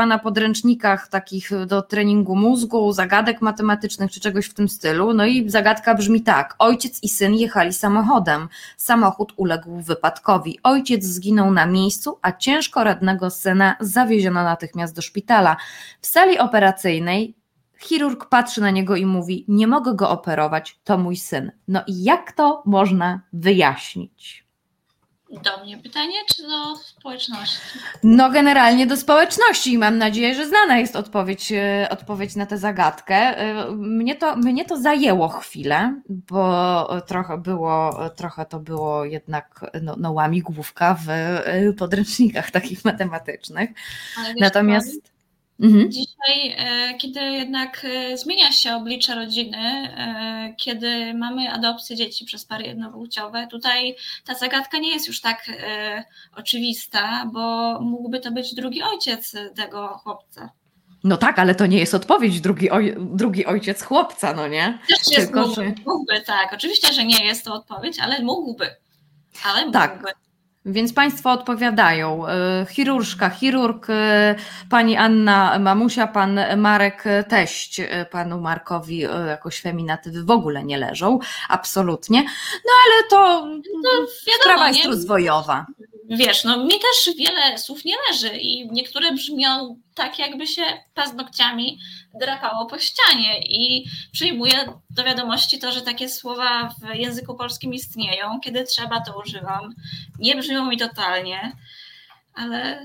B: na podręcznikach takich do treningu mózgu, zagadek matematycznych czy czegoś w tym stylu. No i zagadka brzmi tak: ojciec i syn jechali samochodem. Samochód uległ wypadkowi. Ojciec zginął na miejscu, a ciężko rannego syna zawieziono natychmiast do szpitala. W sali operacyjnej chirurg patrzy na niego i mówi: nie mogę go operować, to mój syn. No i jak to można wyjaśnić?
C: Do mnie pytanie, czy do społeczności?
B: No generalnie do społeczności i mam nadzieję, że znana jest odpowiedź na tę zagadkę. Mnie to zajęło chwilę, bo trochę to było jednak łamigłówka w podręcznikach takich matematycznych.
C: Ale wiesz,
B: Natomiast...
C: dzisiaj, kiedy jednak zmienia się oblicze rodziny, kiedy mamy adopcję dzieci przez pary jednopłciowe, tutaj ta zagadka nie jest już tak oczywista, bo mógłby to być drugi ojciec tego chłopca.
B: No tak, ale to nie jest odpowiedź, drugi ojciec chłopca, no nie?
C: Też jest mógłby, tak. Oczywiście, że nie jest to odpowiedź, ale mógłby.
B: Tak. Więc Państwo odpowiadają: chirurg, pani Anna mamusia, pan Marek teść. Panu Markowi jakoś feminatywy w ogóle nie leżą, absolutnie. No ale to
C: wiadomo,
B: sprawa jest rozwojowa.
C: Wiesz, no mi też wiele słów nie leży i niektóre brzmią tak, jakby się paznokciami drapało po ścianie, i przyjmuję do wiadomości to, że takie słowa w języku polskim istnieją. Kiedy trzeba, to używam. Nie brzmią mi totalnie, ale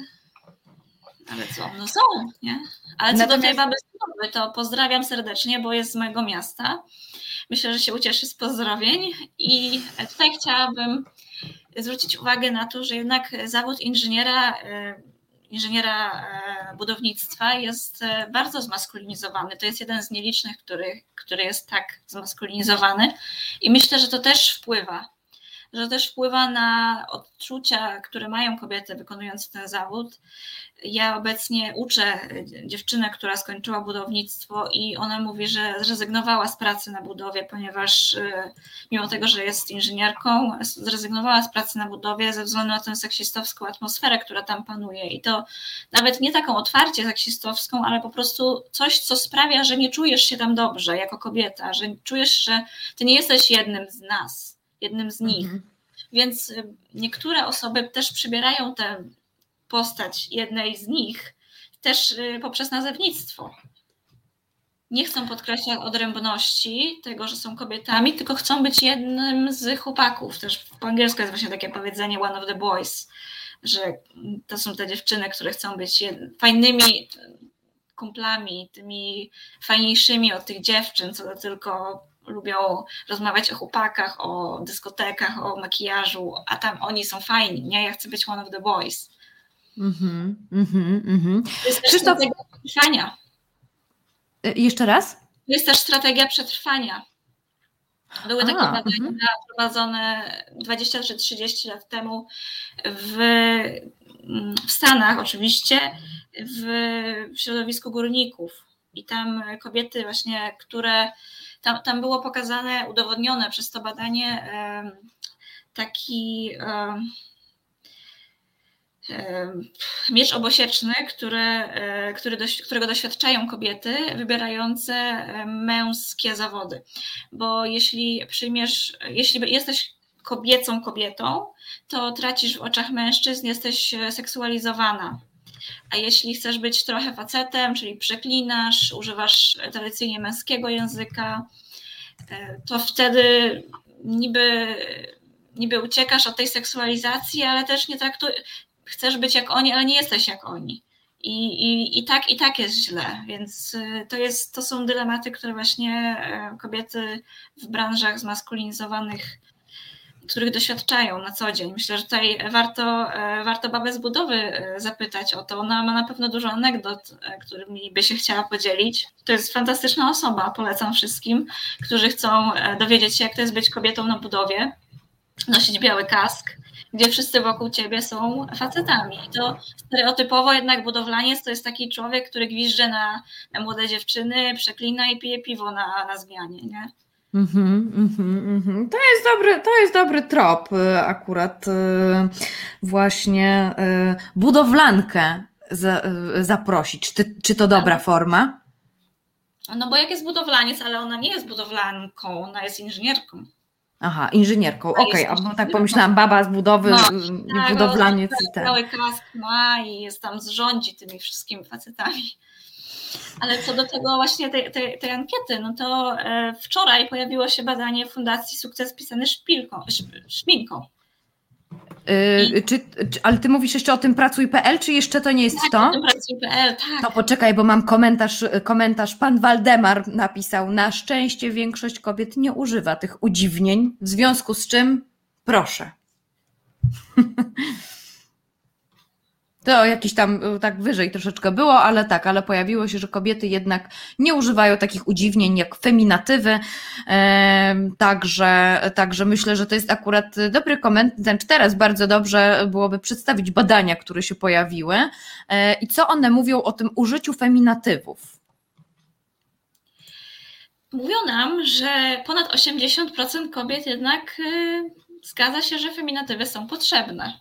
C: co? No są, nie? Ale co do tej baby Zbudowy, to pozdrawiam serdecznie, bo jest z mojego miasta. Myślę, że się ucieszy z pozdrowień i tutaj chciałabym zwrócić uwagę na to, że jednak zawód inżyniera budownictwa jest bardzo zmaskulinizowany. To jest jeden z nielicznych, który jest tak zmaskulinizowany, i myślę, że to też wpływa na odczucia, które mają kobiety wykonując ten zawód. Ja obecnie uczę dziewczynę, która skończyła budownictwo, i ona mówi, że zrezygnowała z pracy na budowie, ponieważ mimo tego, że jest inżynierką, zrezygnowała z pracy na budowie ze względu na tę seksistowską atmosferę, która tam panuje. I to nawet nie taką otwarcie seksistowską, ale po prostu coś, co sprawia, że nie czujesz się tam dobrze jako kobieta, że czujesz, że ty nie jesteś jednym z nas, jednym z nich. Więc niektóre osoby też przybierają tę postać jednej z nich też poprzez nazewnictwo. Nie chcą podkreślać odrębności tego, że są kobietami, tylko chcą być jednym z chłopaków. Też po angielsku jest właśnie takie powiedzenie one of the boys, że to są te dziewczyny, które chcą być fajnymi kumplami, tymi fajniejszymi od tych dziewczyn, co tylko lubią rozmawiać o chłopakach, o dyskotekach, o makijażu, a tam oni są fajni, nie? Ja chcę być one of the boys. To jest też strategia przetrwania.
B: Jeszcze raz?
C: To jest też strategia przetrwania. Były takie badania prowadzone 20 czy 30 lat temu w Stanach oczywiście, w środowisku górników. I tam kobiety właśnie, które... Tam było pokazane, udowodnione przez to badanie taki miecz obosieczny, którego doświadczają kobiety wybierające męskie zawody. Bo jeśli jesteś kobietą, to tracisz w oczach mężczyzn, jesteś seksualizowana. A jeśli chcesz być trochę facetem, czyli przeklinasz, używasz tradycyjnie męskiego języka, to wtedy niby uciekasz od tej seksualizacji, ale też nie chcesz być jak oni, ale nie jesteś jak oni. I tak jest źle. Więc to są dylematy, które właśnie kobiety w branżach zmaskulinizowanych, których doświadczają na co dzień. Myślę, że tutaj warto babę z budowy zapytać o to. Ona ma na pewno dużo anegdot, którymi by się chciała podzielić. To jest fantastyczna osoba, polecam wszystkim, którzy chcą dowiedzieć się, jak to jest być kobietą na budowie, nosić biały kask, gdzie wszyscy wokół ciebie są facetami. I to stereotypowo jednak budowlaniec to jest taki człowiek, który gwizdże na młode dziewczyny, przeklina i pije piwo na zmianie, nie?
B: To jest dobry trop akurat właśnie budowlankę zaprosić? Czy to dobra forma?
C: No bo jak jest budowlaniec, ale ona nie jest budowlanką, ona jest inżynierką.
B: Aha, inżynierką, okej, a bo tak
C: inżynierką.
B: pomyślałam, baba z budowy,
C: No,
B: budowlaniec i ten.
C: cały kask ma i jest tam, rządzi tymi wszystkimi facetami. Ale co do tego właśnie tej ankiety, no to wczoraj pojawiło się badanie Fundacji Sukces pisane szpilką.
B: Ale ty mówisz jeszcze o tym pracuj.pl, czy jeszcze to nie jest
C: tak,
B: to?
C: O tym pracuj.pl, tak.
B: To poczekaj, bo mam komentarz. Pan Waldemar napisał: na szczęście większość kobiet nie używa tych udziwnień, w związku z czym proszę. To jakiś tam tak wyżej troszeczkę było, ale pojawiło się, że kobiety jednak nie używają takich udziwnień jak feminatywy, także myślę, że to jest akurat dobry komentarz. Teraz bardzo dobrze byłoby przedstawić badania, które się pojawiły i co one mówią o tym użyciu feminatywów.
C: Mówią nam, że ponad 80% kobiet jednak zgadza się, że feminatywy są potrzebne.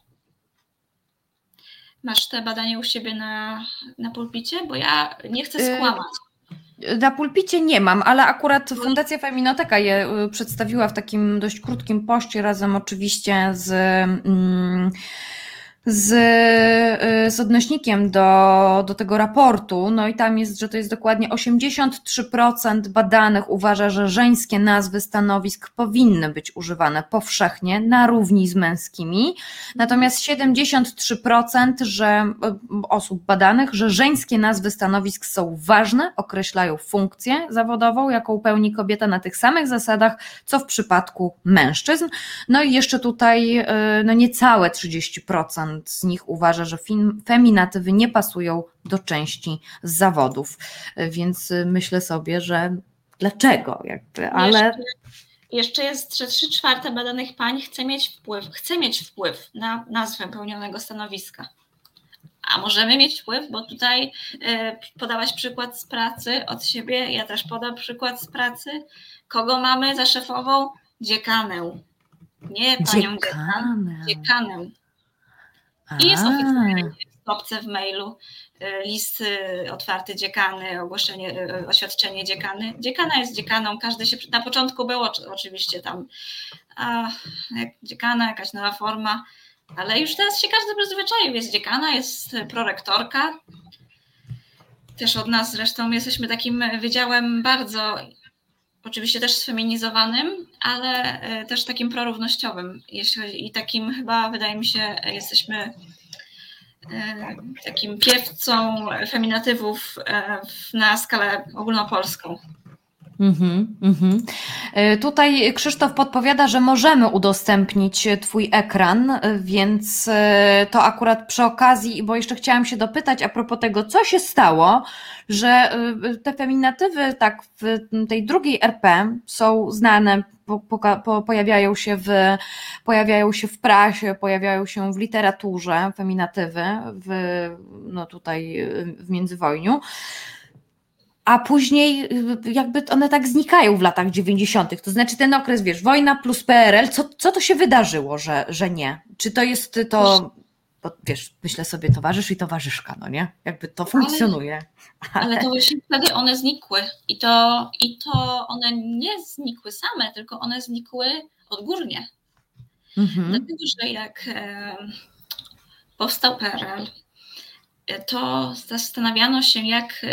C: Masz te badania u siebie na pulpicie? Bo ja nie chcę skłamać.
B: Na pulpicie nie mam, ale akurat Fundacja Feminoteka je przedstawiła w takim dość krótkim poście, razem oczywiście z odnośnikiem do tego raportu, no i tam jest, że to jest dokładnie 83% badanych uważa, że żeńskie nazwy stanowisk powinny być używane powszechnie na równi z męskimi, natomiast 73% osób badanych, że żeńskie nazwy stanowisk są ważne, określają funkcję zawodową, jaką pełni kobieta na tych samych zasadach, co w przypadku mężczyzn. No i jeszcze tutaj no niecałe 30% z nich uważa, że feminatywy nie pasują do części zawodów, więc myślę sobie, że dlaczego ale...
C: Jeszcze jest, że 3/4 badanych pań chce mieć wpływ na nazwę pełnionego stanowiska. A możemy mieć wpływ, bo tutaj podałaś przykład z pracy od siebie, ja też podam przykład z pracy. Kogo mamy za szefową? Dziekanę. Nie panią dziekanę. I jest oficjalnie w stopce w mailu list otwarty dziekany, oświadczenie dziekany. Dziekana jest dziekaną, każdy się, na początku było oczywiście tam dziekana, jakaś nowa forma, ale już teraz się każdy przyzwyczaił, jest dziekana, jest prorektorka. Też od nas zresztą jesteśmy takim wydziałem bardzo, oczywiście też sfeminizowanym, ale też takim prorównościowym. I takim chyba, wydaje mi się, jesteśmy takim piewcą feminatywów na skalę ogólnopolską.
B: Tutaj Krzysztof podpowiada, że możemy udostępnić Twój ekran, więc to akurat przy okazji, bo jeszcze chciałam się dopytać a propos tego, co się stało, że te feminatywy tak w tej drugiej RP są znane, pojawiają się w prasie, pojawiają się w literaturze feminatywy, tutaj w międzywojniu. A później jakby one tak znikają w latach 90. To znaczy ten okres, wiesz, wojna plus PRL, co to się wydarzyło, że nie? Czy to jest to, bo wiesz, myślę sobie towarzysz i towarzyszka, no nie? Jakby to funkcjonuje.
C: Ale to właśnie wtedy one znikły i to one nie znikły same, tylko one znikły odgórnie. Dlatego, że jak powstał PRL, to zastanawiano się, jak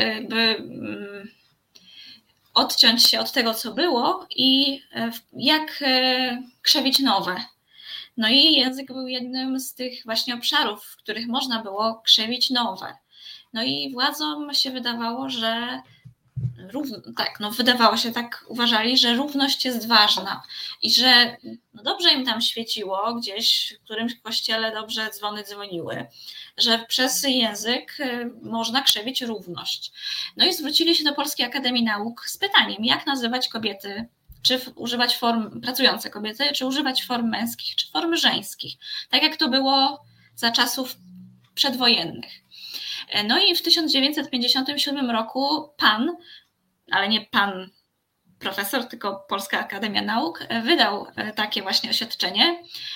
C: odciąć się od tego, co było i jak krzewić nowe. No i język był jednym z tych właśnie obszarów, w których można było krzewić nowe. No i władzom się wydawało, że wydawało się, tak uważali, że równość jest ważna i że dobrze im tam świeciło, gdzieś w którymś kościele dobrze dzwony dzwoniły, że przez język można krzewić równość. No i zwrócili się do Polskiej Akademii Nauk z pytaniem, jak nazywać kobiety, czy używać form, pracujące kobiety, czy używać form męskich, czy form żeńskich, tak jak to było za czasów przedwojennych. No i w 1957 roku ale nie pan profesor, tylko Polska Akademia Nauk, wydał takie właśnie oświadczenie,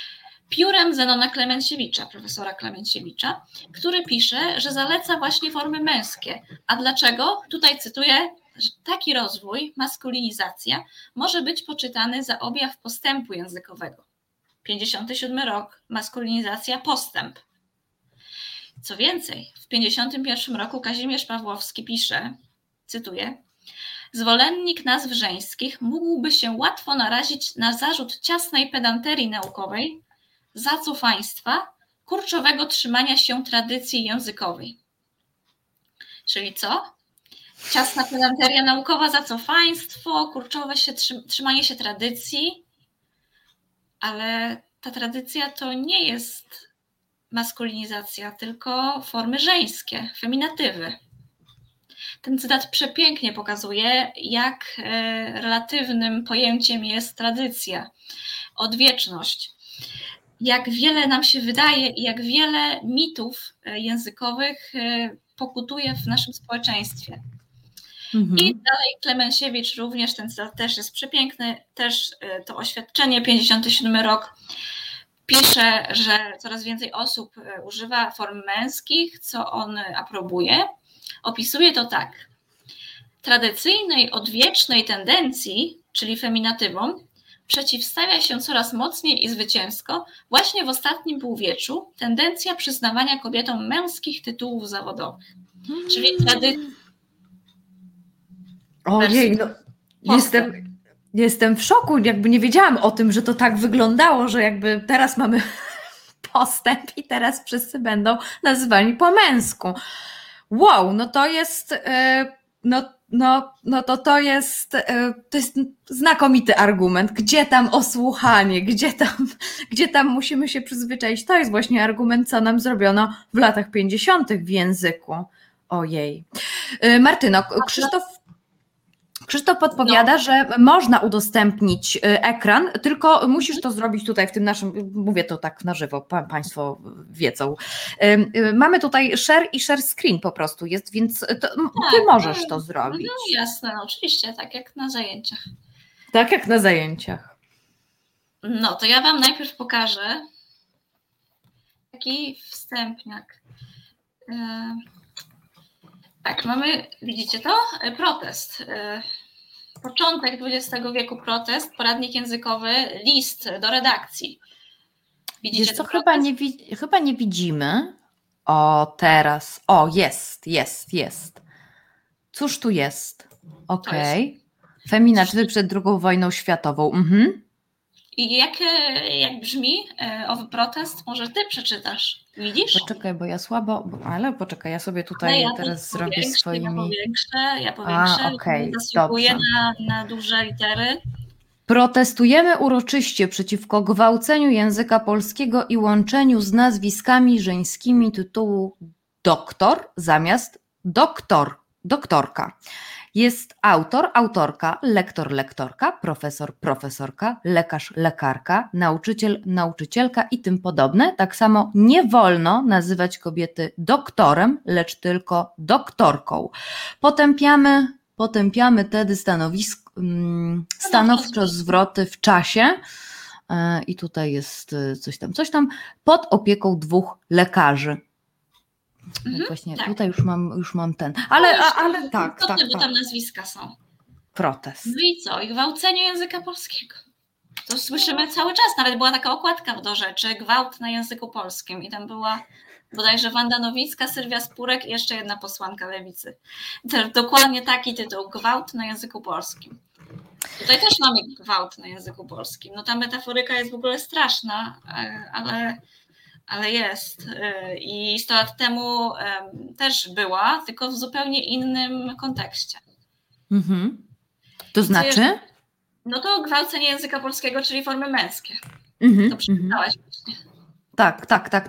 C: piórem Zenona Klemenciewicza, profesora Klemenciewicza, który pisze, że zaleca właśnie formy męskie. A dlaczego? Tutaj cytuję, że taki rozwój, maskulinizacja, może być poczytany za objaw postępu językowego. 57 rok, maskulinizacja, postęp. Co więcej, w 51 roku Kazimierz Pawłowski pisze, cytuję, zwolennik nazw żeńskich mógłby się łatwo narazić na zarzut ciasnej pedanterii naukowej, zacofaństwa, kurczowego trzymania się tradycji językowej. Czyli co? Ciasna pedanteria naukowa, zacofaństwo, kurczowe trzymanie się tradycji, ale ta tradycja to nie jest maskulinizacja, tylko formy żeńskie, feminatywy. Ten cytat przepięknie pokazuje, jak relatywnym pojęciem jest tradycja, odwieczność. Jak wiele nam się wydaje i jak wiele mitów językowych pokutuje w naszym społeczeństwie. I dalej Klemenciewicz również, ten cytat też jest przepiękny, też to oświadczenie, 57 rok, pisze, że coraz więcej osób używa form męskich, co on aprobuje. Opisuje to tak. Tradycyjnej, odwiecznej tendencji, czyli feminatywom, przeciwstawia się coraz mocniej i zwycięsko właśnie w ostatnim półwieczu tendencja przyznawania kobietom męskich tytułów zawodowych. Czyli
B: Ojej, no, jestem w szoku, jakby nie wiedziałam o tym, że to tak wyglądało, że jakby teraz mamy postęp i teraz wszyscy będą nazywani po męsku. Wow, no to jest, to jest znakomity argument. Gdzie tam osłuchanie, gdzie tam musimy się przyzwyczaić? To jest właśnie argument, co nam zrobiono w latach 50. w języku. Ojej. Martyno, Krzysztof podpowiada, że można udostępnić ekran, tylko musisz to zrobić tutaj w tym naszym, mówię to tak na żywo, Państwo wiedzą. Mamy tutaj share i share screen po prostu jest, więc ty możesz to zrobić.
C: No jasne, no, oczywiście, tak jak na zajęciach.
B: Tak jak na zajęciach.
C: No to ja Wam najpierw pokażę taki wstępniak. Tak, mamy, widzicie to? Protest. Początek XX wieku protest, poradnik językowy, list do redakcji. Widzicie
B: Wiesz co, chyba nie widzimy. O, teraz. O, jest. Cóż tu jest? Okej. Feminatywy przed II wojną światową.
C: I jak brzmi owy protest? Może ty przeczytasz? Widzisz?
B: Poczekaj, bo ja słabo, ale poczekaj, ja sobie tutaj teraz zrobię swoimi...
C: Ja powiększę.
B: Okej,
C: zasługuję na duże litery.
B: Protestujemy uroczyście przeciwko gwałceniu języka polskiego i łączeniu z nazwiskami żeńskimi tytułu doktor zamiast doktorka. Jest autor, autorka, lektor, lektorka, profesor, profesorka, lekarz, lekarka, nauczyciel, nauczycielka i tym podobne. Tak samo nie wolno nazywać kobiety doktorem, lecz tylko doktorką. Potępiamy tedy stanowczo zwroty w czasie i tutaj jest coś tam, pod opieką 2 lekarzy. Właśnie tak. Tutaj już mam ten. Ale tak.
C: Bo tam nazwiska są.
B: Protest.
C: No i co? I gwałcenie języka polskiego. To słyszymy cały czas. Nawet była taka okładka do rzeczy, gwałt na języku polskim. I tam była bodajże Wanda Nowicka, Sylwia Spurek i jeszcze jedna posłanka Lewicy. Dokładnie taki tytuł. Gwałt na języku polskim. Tutaj też mamy gwałt na języku polskim. No ta metaforyka jest w ogóle straszna, ale jest. I 100 lat temu też była, tylko w zupełnie innym kontekście.
B: To znaczy?
C: No to gwałcenie języka polskiego, czyli formy męskie. To przeczytałaś właśnie.
B: Tak.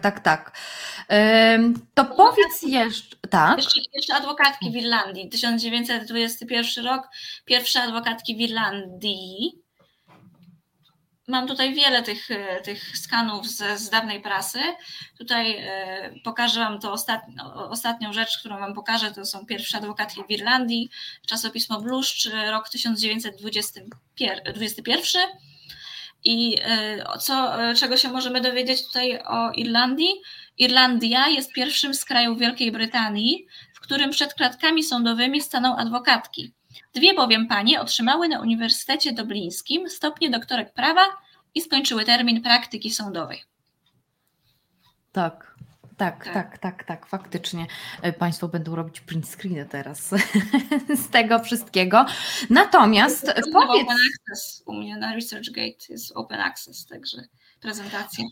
B: To powiedz jeszcze... Tak.
C: Jeszcze adwokatki w Irlandii. 1921 rok. Pierwsze adwokatki w Irlandii. Mam tutaj wiele tych skanów z dawnej prasy. Tutaj pokażę Wam to ostatnią rzecz, którą Wam pokażę. To są pierwsze adwokatki w Irlandii. Czasopismo Bluszcz, rok 1921. I czego się możemy dowiedzieć tutaj o Irlandii? Irlandia jest pierwszym z krajów Wielkiej Brytanii, w którym przed klatkami sądowymi staną adwokatki. 2 bowiem panie otrzymały na Uniwersytecie Dublińskim stopnie doktorek prawa i skończyły termin praktyki sądowej.
B: Tak, faktycznie. Państwo będą robić print screeny teraz z tego wszystkiego. Natomiast
C: Open access u mnie na ResearchGate jest open access, także prezentacja.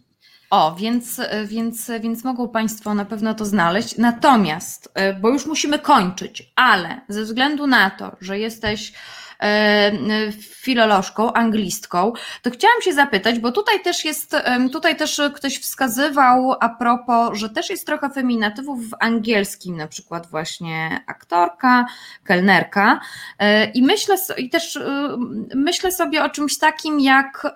B: Więc mogą Państwo na pewno to znaleźć. Natomiast, bo już musimy kończyć, ale ze względu na to, że jesteś filolożką, anglistką, to chciałam się zapytać, bo tutaj też ktoś wskazywał a propos, że też jest trochę feminatywów w angielskim, na przykład właśnie aktorka, kelnerka i myślę sobie o czymś takim jak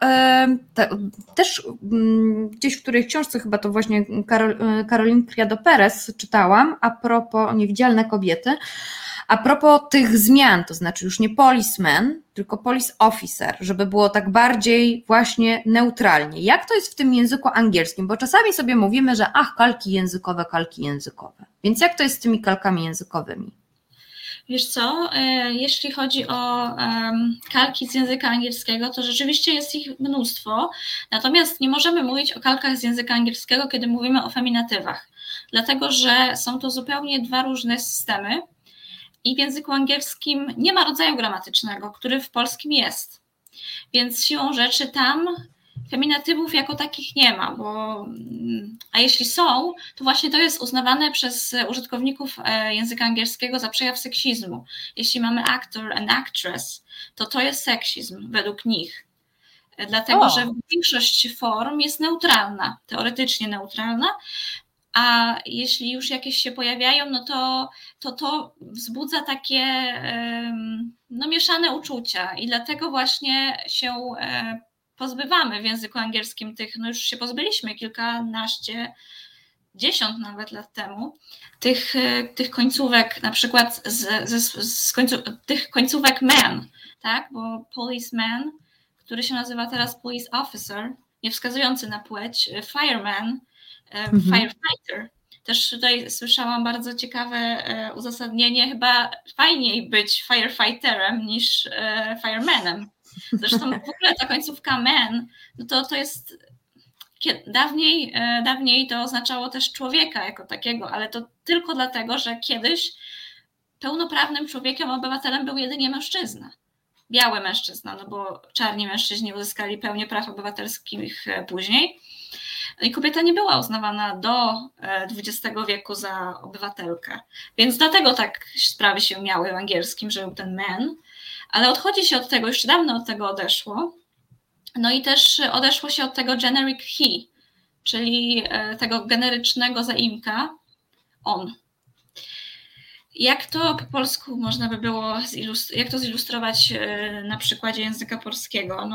B: też gdzieś w której książce, chyba to właśnie Caroline Criado Perez czytałam, a propos Niewidzialne kobiety, a propos tych zmian, to znaczy już nie policeman, tylko police officer, żeby było tak bardziej właśnie neutralnie. Jak to jest w tym języku angielskim? Bo czasami sobie mówimy, że kalki językowe. Więc jak to jest z tymi kalkami językowymi?
C: Wiesz co, jeśli chodzi o kalki z języka angielskiego, to rzeczywiście jest ich mnóstwo, natomiast nie możemy mówić o kalkach z języka angielskiego, kiedy mówimy o feminatywach, dlatego że są to zupełnie 2 różne systemy. I w języku angielskim nie ma rodzaju gramatycznego, który w polskim jest. Więc siłą rzeczy tam feminatywów jako takich nie ma, a jeśli są, to właśnie to jest uznawane przez użytkowników języka angielskiego za przejaw seksizmu. Jeśli mamy actor and actress, to jest seksizm według nich. Dlatego, że większość form jest neutralna, teoretycznie neutralna, a jeśli już jakieś się pojawiają, no to wzbudza takie mieszane uczucia i dlatego właśnie się pozbywamy w języku angielskim tych, już się pozbyliśmy kilkanaście, 10 nawet lat temu, tych końcówek, na przykład tych końcówek man, tak, bo policeman, który się nazywa teraz police officer, nie wskazujący na płeć, fireman, firefighter. Też tutaj słyszałam bardzo ciekawe uzasadnienie, chyba fajniej być firefighterem niż firemanem. Zresztą w ogóle ta końcówka man, to jest dawniej to oznaczało też człowieka jako takiego, ale to tylko dlatego, że kiedyś pełnoprawnym człowiekiem, obywatelem był jedynie mężczyzna. Biały mężczyzna, bo czarni mężczyźni uzyskali pełnię praw obywatelskich później. I kobieta nie była uznawana do XX wieku za obywatelkę. Więc dlatego tak sprawy się miały w angielskim, że był ten man, ale odchodzi się od tego, już dawno od tego odeszło. No i też odeszło się od tego generic he, czyli tego generycznego zaimka on. Jak to po polsku można by było zilustrować na przykładzie języka polskiego?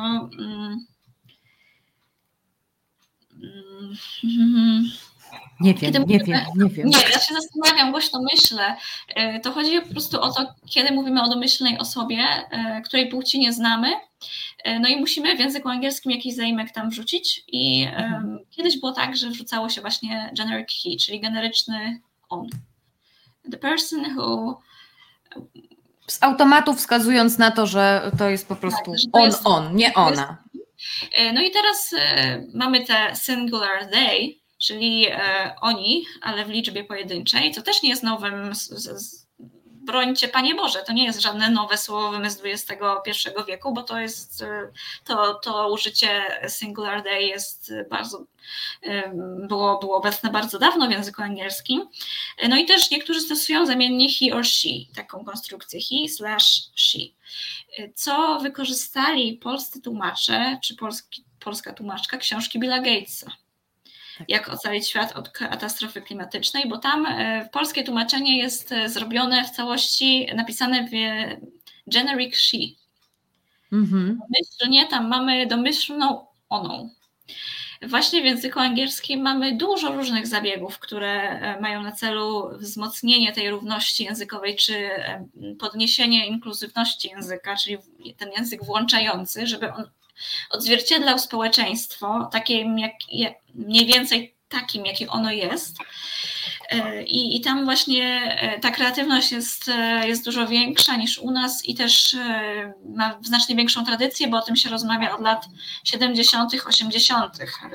B: Nie wiem.
C: Nie, ja się zastanawiam, głośno myślę. To chodzi po prostu o to, kiedy mówimy o domyślnej osobie, której płci nie znamy, no i musimy w języku angielskim jakiś zaimek tam wrzucić i kiedyś było tak, że wrzucało się właśnie generic he, czyli generyczny on. The person who...
B: Z automatu wskazując na to, że to jest po prostu on, nie ona.
C: No i teraz mamy te singular they, czyli oni, ale w liczbie pojedynczej, co też nie jest nowym, brońcie Panie Boże, to nie jest żadne nowe słowo wymysł XXI wieku, bo to jest, to użycie singular they jest bardzo, było obecne bardzo dawno w języku angielskim. No i też niektórzy stosują zamiennie he or she, taką konstrukcję he/she, co wykorzystali polscy tłumacze, czy polska tłumaczka książki Billa Gatesa. Jak ocalić świat od katastrofy klimatycznej, bo tam polskie tłumaczenie jest zrobione w całości, napisane w generic she. Domyślnie tam mamy domyślną oną. Właśnie w języku angielskim mamy dużo różnych zabiegów, które mają na celu wzmocnienie tej równości językowej, czy podniesienie inkluzywności języka, czyli ten język włączający, żeby on odzwierciedlał społeczeństwo, mniej więcej takim, jakim ono jest. I tam właśnie ta kreatywność jest dużo większa niż u nas i też ma znacznie większą tradycję, bo o tym się rozmawia od lat 70., 80.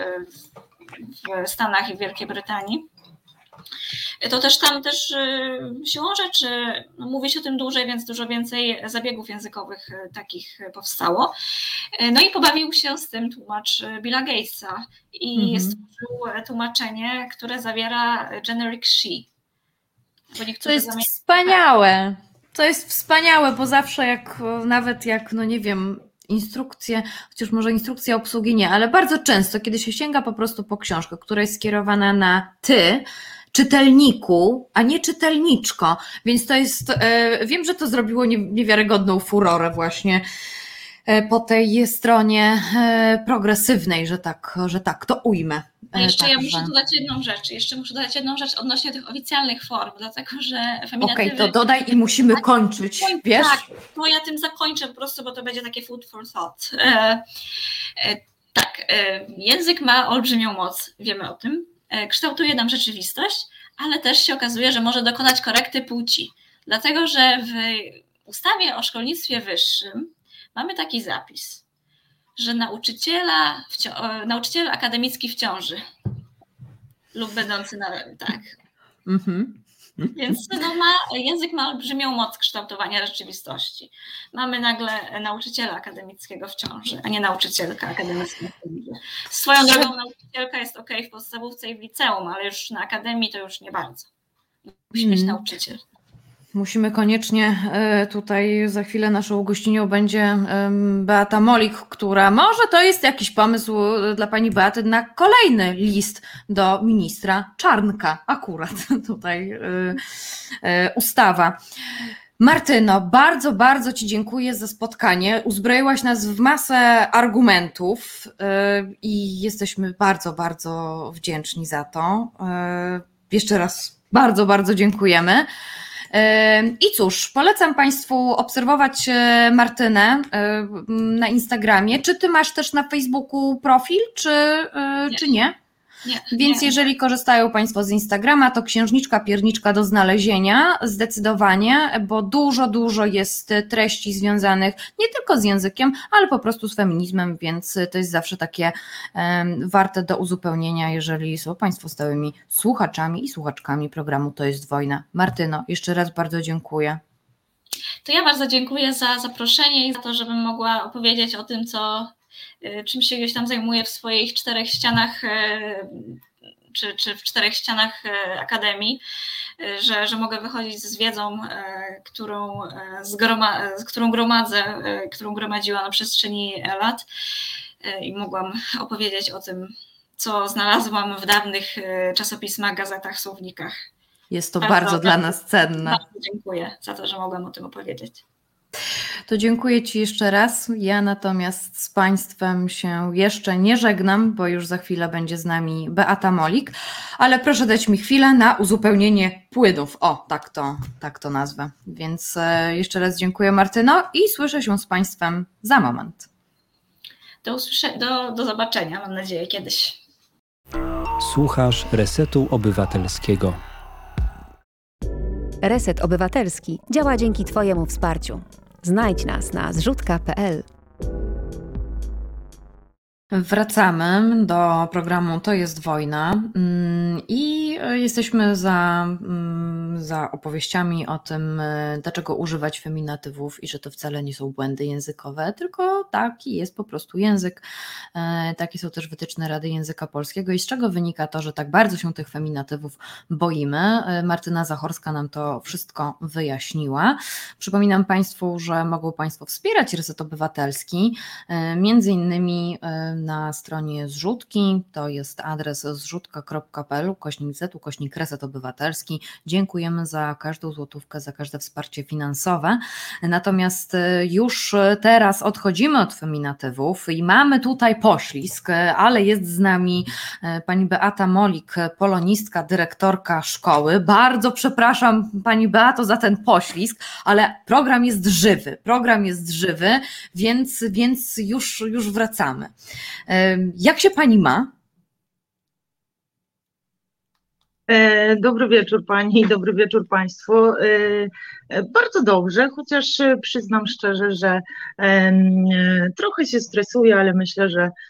C: w Stanach i w Wielkiej Brytanii. To też tam siłą rzeczy mówi się o tym dłużej, więc dużo więcej zabiegów językowych takich powstało. No i pobawił się z tym tłumacz Billa Gatesa i stworzył tłumaczenie, które zawiera generic she.
B: To jest wspaniałe. To jest wspaniałe, bo zawsze nawet jak, no nie wiem, instrukcje, chociaż może instrukcja obsługi nie, ale bardzo często, kiedy się sięga po prostu po książkę, która jest skierowana na ty, czytelniku, a nie czytelniczko, więc to jest, wiem, że to zrobiło niewiarygodną furorę właśnie po tej stronie progresywnej, że tak to ujmę.
C: A jeszcze ja muszę dodać jedną rzecz odnośnie tych oficjalnych form, dlatego że feminatywy...
B: Okej, to dodaj i musimy kończyć, wiesz?
C: Tak, to ja tym zakończę po prostu, bo to będzie takie food for thought. Język ma olbrzymią moc, wiemy o tym, kształtuje nam rzeczywistość, ale też się okazuje, że może dokonać korekty płci, dlatego że w ustawie o szkolnictwie wyższym mamy taki zapis, że nauczyciel akademicki w ciąży lub będący tak. Więc język ma olbrzymią moc kształtowania rzeczywistości. Mamy nagle nauczyciela akademickiego w ciąży, a nie nauczycielka akademicką w ciąży. Swoją drogą nauczycielka jest okej w podstawówce i w liceum, ale już na akademii to już nie bardzo. Musi mieć nauczyciel.
B: Musimy koniecznie, tutaj za chwilę naszą gościnią będzie Beata Molik, która może to jest jakiś pomysł dla pani Beaty na kolejny list do ministra Czarnka. Akurat tutaj ustawa. Martyno, bardzo, bardzo ci dziękuję za spotkanie. Uzbroiłaś nas w masę argumentów i jesteśmy bardzo, bardzo wdzięczni za to. Jeszcze raz bardzo, bardzo dziękujemy. I cóż, polecam Państwu obserwować Martynę na Instagramie. Czy Ty masz też na Facebooku profil, czy nie?
C: Nie,
B: Więc jeżeli korzystają Państwo z Instagrama, to Księżniczka Pierniczka do znalezienia zdecydowanie, bo dużo jest treści związanych nie tylko z językiem, ale po prostu z feminizmem, więc to jest zawsze takie warte do uzupełnienia, jeżeli są Państwo stałymi słuchaczami i słuchaczkami programu To jest wojna. Martyno, jeszcze raz bardzo dziękuję.
C: To ja bardzo dziękuję za zaproszenie i za to, żebym mogła opowiedzieć o tym, czym się gdzieś tam zajmuję w swoich 4 ścianach, czy w 4 ścianach akademii, że mogę wychodzić z wiedzą, którą gromadzę, którą gromadziłam na przestrzeni lat i mogłam opowiedzieć o tym, co znalazłam w dawnych czasopismach, gazetach, słownikach.
B: Jest to bardzo dla nas cenne.
C: Bardzo dziękuję za to, że mogłam o tym opowiedzieć.
B: To dziękuję Ci jeszcze raz. Ja natomiast z Państwem się jeszcze nie żegnam, bo już za chwilę będzie z nami Beata Molik, ale proszę dać mi chwilę na uzupełnienie płynów. O, tak to nazwę. Więc jeszcze raz dziękuję, Martyno, i słyszę się z Państwem za moment.
C: Do zobaczenia, mam nadzieję, kiedyś.
D: Słuchasz Resetu Obywatelskiego.
E: Reset Obywatelski działa dzięki Twojemu wsparciu. Znajdź nas na zrzutka.pl.
B: Wracamy do programu To jest wojna i jesteśmy za opowieściami o tym, dlaczego używać feminatywów i że to wcale nie są błędy językowe, tylko taki jest po prostu język. Takie są też wytyczne Rady Języka Polskiego i z czego wynika to, że tak bardzo się tych feminatywów boimy. Martyna Zachorska nam to wszystko wyjaśniła. Przypominam Państwu, że mogą Państwo wspierać Reset Obywatelski, między innymi na stronie Zrzutki, to jest adres zrzutka.pl, www.z.pl/reset obywatelski. Dziękujemy za każdą złotówkę, za każde wsparcie finansowe. Natomiast już teraz odchodzimy od feminatywów i mamy tutaj poślizg, ale jest z nami pani Beata Molik, polonistka, dyrektorka szkoły. Bardzo przepraszam pani Beato za ten poślizg, ale program jest żywy, więc już wracamy. Jak się pani ma?
F: Dobry wieczór pani i dobry wieczór państwu. Bardzo dobrze, chociaż przyznam szczerze, że trochę się stresuję, ale myślę,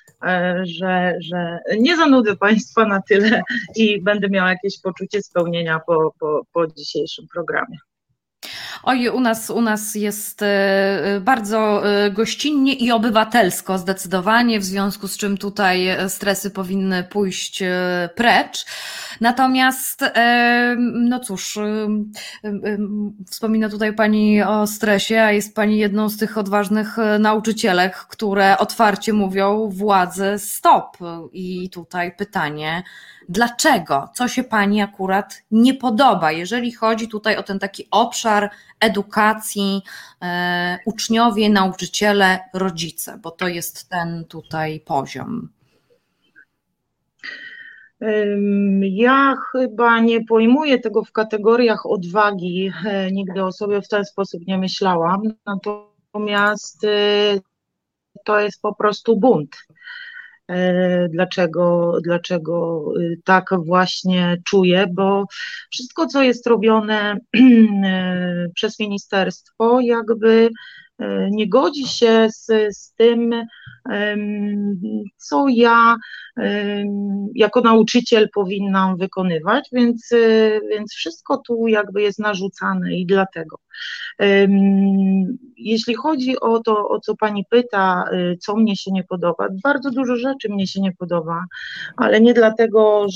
F: że nie zanudzę państwa na tyle i będę miała jakieś poczucie spełnienia po dzisiejszym programie.
B: Oj, u nas jest bardzo gościnnie i obywatelsko zdecydowanie, w związku z czym tutaj stresy powinny pójść precz. Natomiast, no cóż, wspomina tutaj pani o stresie, a jest pani jedną z tych odważnych nauczycielek, które otwarcie mówią władzy stop. I tutaj pytanie, dlaczego? Co się pani akurat nie podoba, jeżeli chodzi tutaj o ten taki obszar edukacji, uczniowie, nauczyciele, rodzice, bo to jest ten tutaj poziom.
F: Ja chyba nie pojmuję tego w kategoriach odwagi, nigdy o sobie w ten sposób nie myślałam, natomiast to jest po prostu bunt. Dlaczego tak właśnie czuję, bo wszystko, co jest robione przez ministerstwo, jakby nie godzi się z tym, co ja jako nauczyciel powinnam wykonywać, więc wszystko tu jakby jest narzucane i dlatego. Jeśli chodzi o to, o co pani pyta, co mnie się nie podoba, bardzo dużo rzeczy mnie się nie podoba, ale nie dlatego,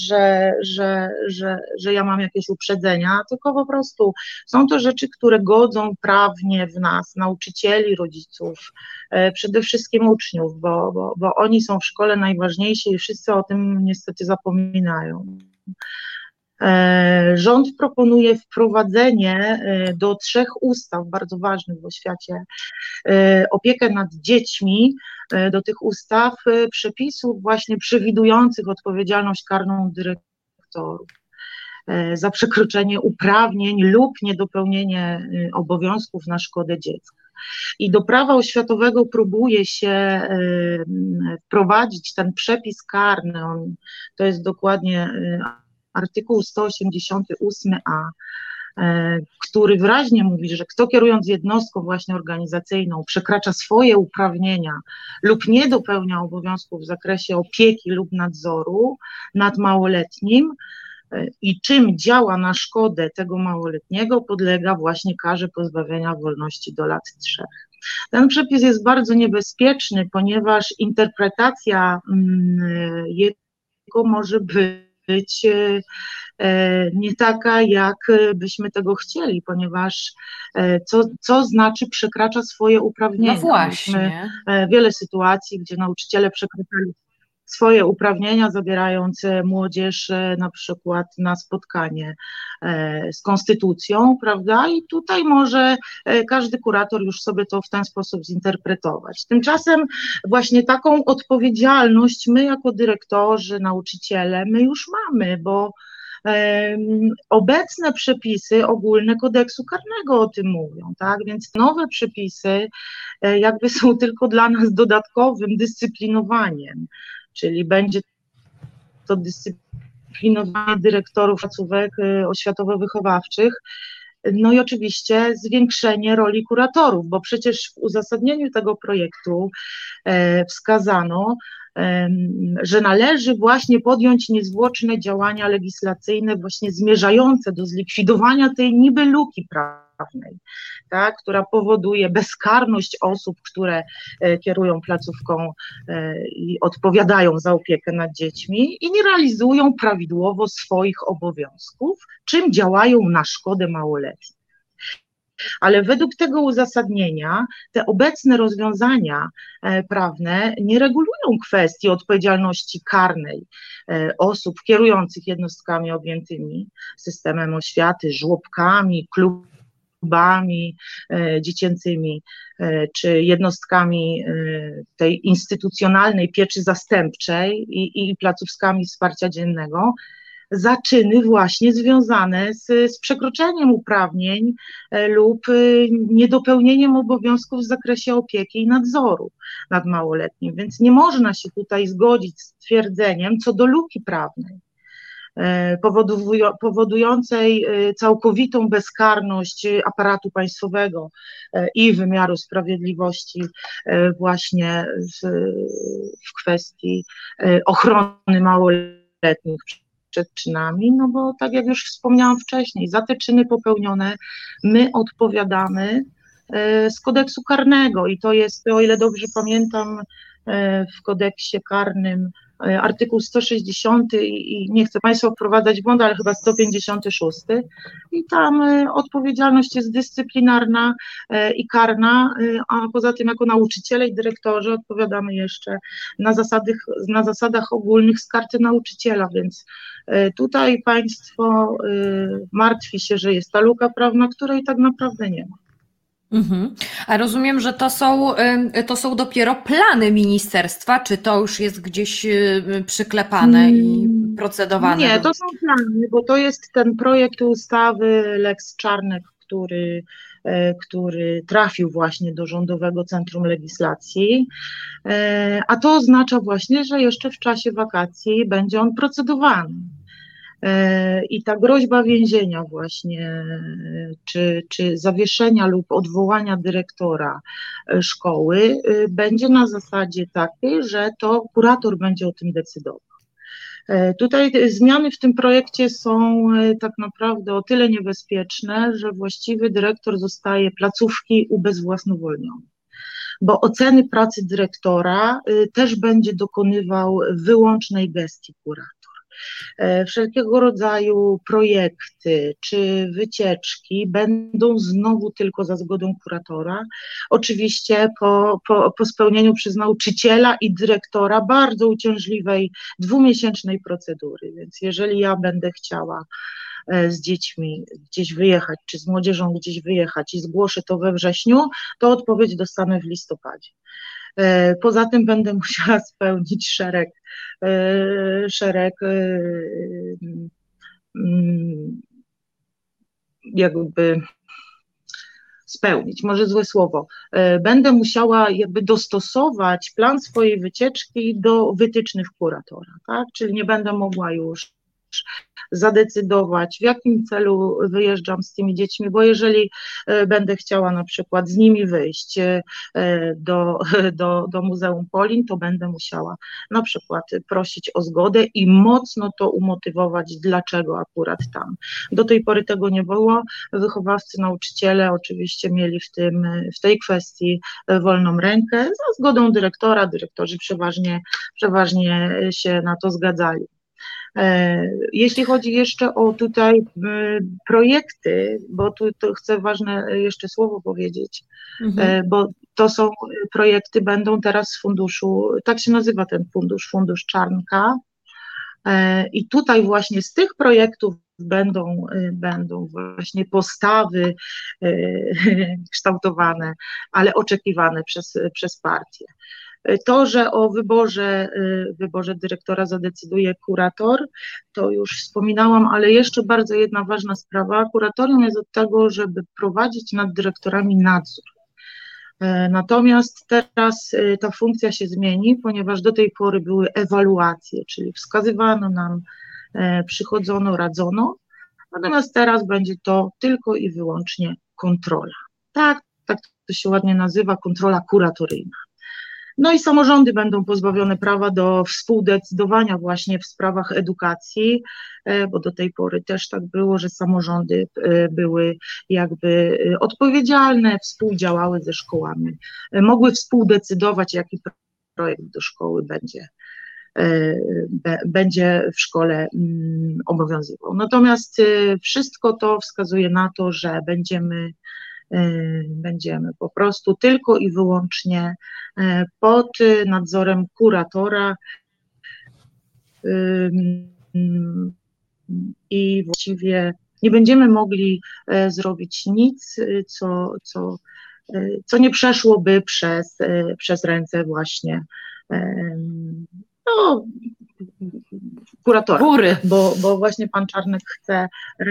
F: że ja mam jakieś uprzedzenia, tylko po prostu są to rzeczy, które godzą prawnie w nas, nauczycieli, rodziców, przede wszystkim uczniów, bo oni są w szkole najważniejsi i wszyscy o tym niestety zapominają. Rząd proponuje wprowadzenie do 3 ustaw bardzo ważnych w oświacie, opiekę nad dziećmi, do tych ustaw przepisów właśnie przewidujących odpowiedzialność karną dyrektorów za przekroczenie uprawnień lub niedopełnienie obowiązków na szkodę dziecka. I do prawa oświatowego próbuje się wprowadzić ten przepis karny, to jest dokładnie artykuł 188a, który wyraźnie mówi, że kto kierując jednostką właśnie organizacyjną przekracza swoje uprawnienia lub nie dopełnia obowiązków w zakresie opieki lub nadzoru nad małoletnim i czym działa na szkodę tego małoletniego, podlega właśnie karze pozbawienia wolności do lat 3. Ten przepis jest bardzo niebezpieczny, ponieważ interpretacja jego może być nie taka, jak byśmy tego chcieli, ponieważ co znaczy przekracza swoje uprawnienia?
B: No właśnie.
F: Mieliśmy wiele sytuacji, gdzie nauczyciele przekraczali swoje uprawnienia, zabierając młodzież na przykład na spotkanie z konstytucją, prawda? I tutaj może każdy kurator już sobie to w ten sposób zinterpretować. Tymczasem właśnie taką odpowiedzialność my jako dyrektorzy, nauczyciele, my już mamy, bo obecne przepisy ogólne kodeksu karnego o tym mówią, tak? Więc nowe przepisy jakby są tylko dla nas dodatkowym dyscyplinowaniem, czyli będzie to dyscyplinowanie dyrektorów placówek oświatowo-wychowawczych, no i oczywiście zwiększenie roli kuratorów, bo przecież w uzasadnieniu tego projektu wskazano, że należy właśnie podjąć niezwłoczne działania legislacyjne właśnie zmierzające do zlikwidowania tej niby luki prawnej, tak, która powoduje bezkarność osób, które kierują placówką i odpowiadają za opiekę nad dziećmi i nie realizują prawidłowo swoich obowiązków, czym działają na szkodę małoletnich. Ale według tego uzasadnienia te obecne rozwiązania prawne nie regulują kwestii odpowiedzialności karnej osób kierujących jednostkami objętymi systemem oświaty, żłobkami, klubami dziecięcymi, czy jednostkami tej instytucjonalnej pieczy zastępczej i placówkami wsparcia dziennego, za czyny właśnie związane z przekroczeniem uprawnień lub niedopełnieniem obowiązków w zakresie opieki i nadzoru nad małoletnim. Więc nie można się tutaj zgodzić z twierdzeniem co do luki prawnej powodującej całkowitą bezkarność aparatu państwowego i wymiaru sprawiedliwości właśnie w kwestii ochrony małoletnich przed czynami, no bo tak jak już wspomniałam wcześniej, za te czyny popełnione my odpowiadamy z kodeksu karnego i to jest, o ile dobrze pamiętam, w kodeksie karnym artykuł 160 i nie chcę Państwa wprowadzać w błąd, ale chyba 156 i tam odpowiedzialność jest dyscyplinarna i karna, a poza tym jako nauczyciele i dyrektorzy odpowiadamy jeszcze na zasadach ogólnych z karty nauczyciela, więc tutaj Państwo martwi się, że jest ta luka prawna, której tak naprawdę nie ma.
B: A rozumiem, że to są dopiero plany ministerstwa, czy to już jest gdzieś przyklepane i procedowane?
F: Nie, to są plany, bo to jest ten projekt ustawy Lex Czarnek, który trafił właśnie do Rządowego Centrum Legislacji, a to oznacza właśnie, że jeszcze w czasie wakacji będzie on procedowany. I ta groźba więzienia właśnie, czy zawieszenia lub odwołania dyrektora szkoły będzie na zasadzie takiej, że to kurator będzie o tym decydował. Tutaj zmiany w tym projekcie są tak naprawdę o tyle niebezpieczne, że właściwy dyrektor zostaje placówki ubezwłasnowolniony, bo oceny pracy dyrektora też będzie dokonywał wyłącznej gestii kurator. Wszelkiego rodzaju projekty czy wycieczki będą znowu tylko za zgodą kuratora, oczywiście po spełnieniu przez nauczyciela i dyrektora bardzo uciążliwej 2-miesięcznej procedury, więc jeżeli ja będę chciała z dziećmi gdzieś wyjechać, czy z młodzieżą gdzieś wyjechać i zgłoszę to we wrześniu, to odpowiedź dostanę w listopadzie. Poza tym będę musiała spełnić szereg jakby spełnić, może złe słowo, będę musiała jakby dostosować plan swojej wycieczki do wytycznych kuratora, tak? Czyli nie będę mogła już zadecydować, w jakim celu wyjeżdżam z tymi dziećmi, bo jeżeli będę chciała na przykład z nimi wyjść do Muzeum Polin, to będę musiała na przykład prosić o zgodę i mocno to umotywować, dlaczego akurat tam. Do tej pory tego nie było. Wychowawcy, nauczyciele oczywiście mieli w tej kwestii wolną rękę, za zgodą dyrektora, dyrektorzy przeważnie się na to zgadzali. Jeśli chodzi jeszcze o tutaj projekty, bo tu chcę ważne jeszcze słowo powiedzieć, bo to są projekty, będą teraz z funduszu, tak się nazywa ten fundusz Czarnka, i tutaj właśnie z tych projektów będą właśnie postawy kształtowane, ale oczekiwane przez partię. To, że o wyborze dyrektora zadecyduje kurator, to już wspominałam, ale jeszcze bardzo jedna ważna sprawa. Kuratorium jest od tego, żeby prowadzić nad dyrektorami nadzór. Natomiast teraz ta funkcja się zmieni, ponieważ do tej pory były ewaluacje, czyli wskazywano nam, przychodzono, radzono, natomiast teraz będzie to tylko i wyłącznie kontrola. Tak to się ładnie nazywa, kontrola kuratoryjna. No i samorządy będą pozbawione prawa do współdecydowania właśnie w sprawach edukacji, bo do tej pory też tak było, że samorządy były jakby odpowiedzialne, współdziałały ze szkołami, mogły współdecydować, jaki projekt do szkoły będzie w szkole obowiązywał. Natomiast wszystko to wskazuje na to, że będziemy będziemy po prostu tylko i wyłącznie pod nadzorem kuratora i właściwie nie będziemy mogli zrobić nic, co nie przeszłoby przez ręce właśnie no, kuratora,
B: Góry.
F: bo właśnie pan Czarnek chce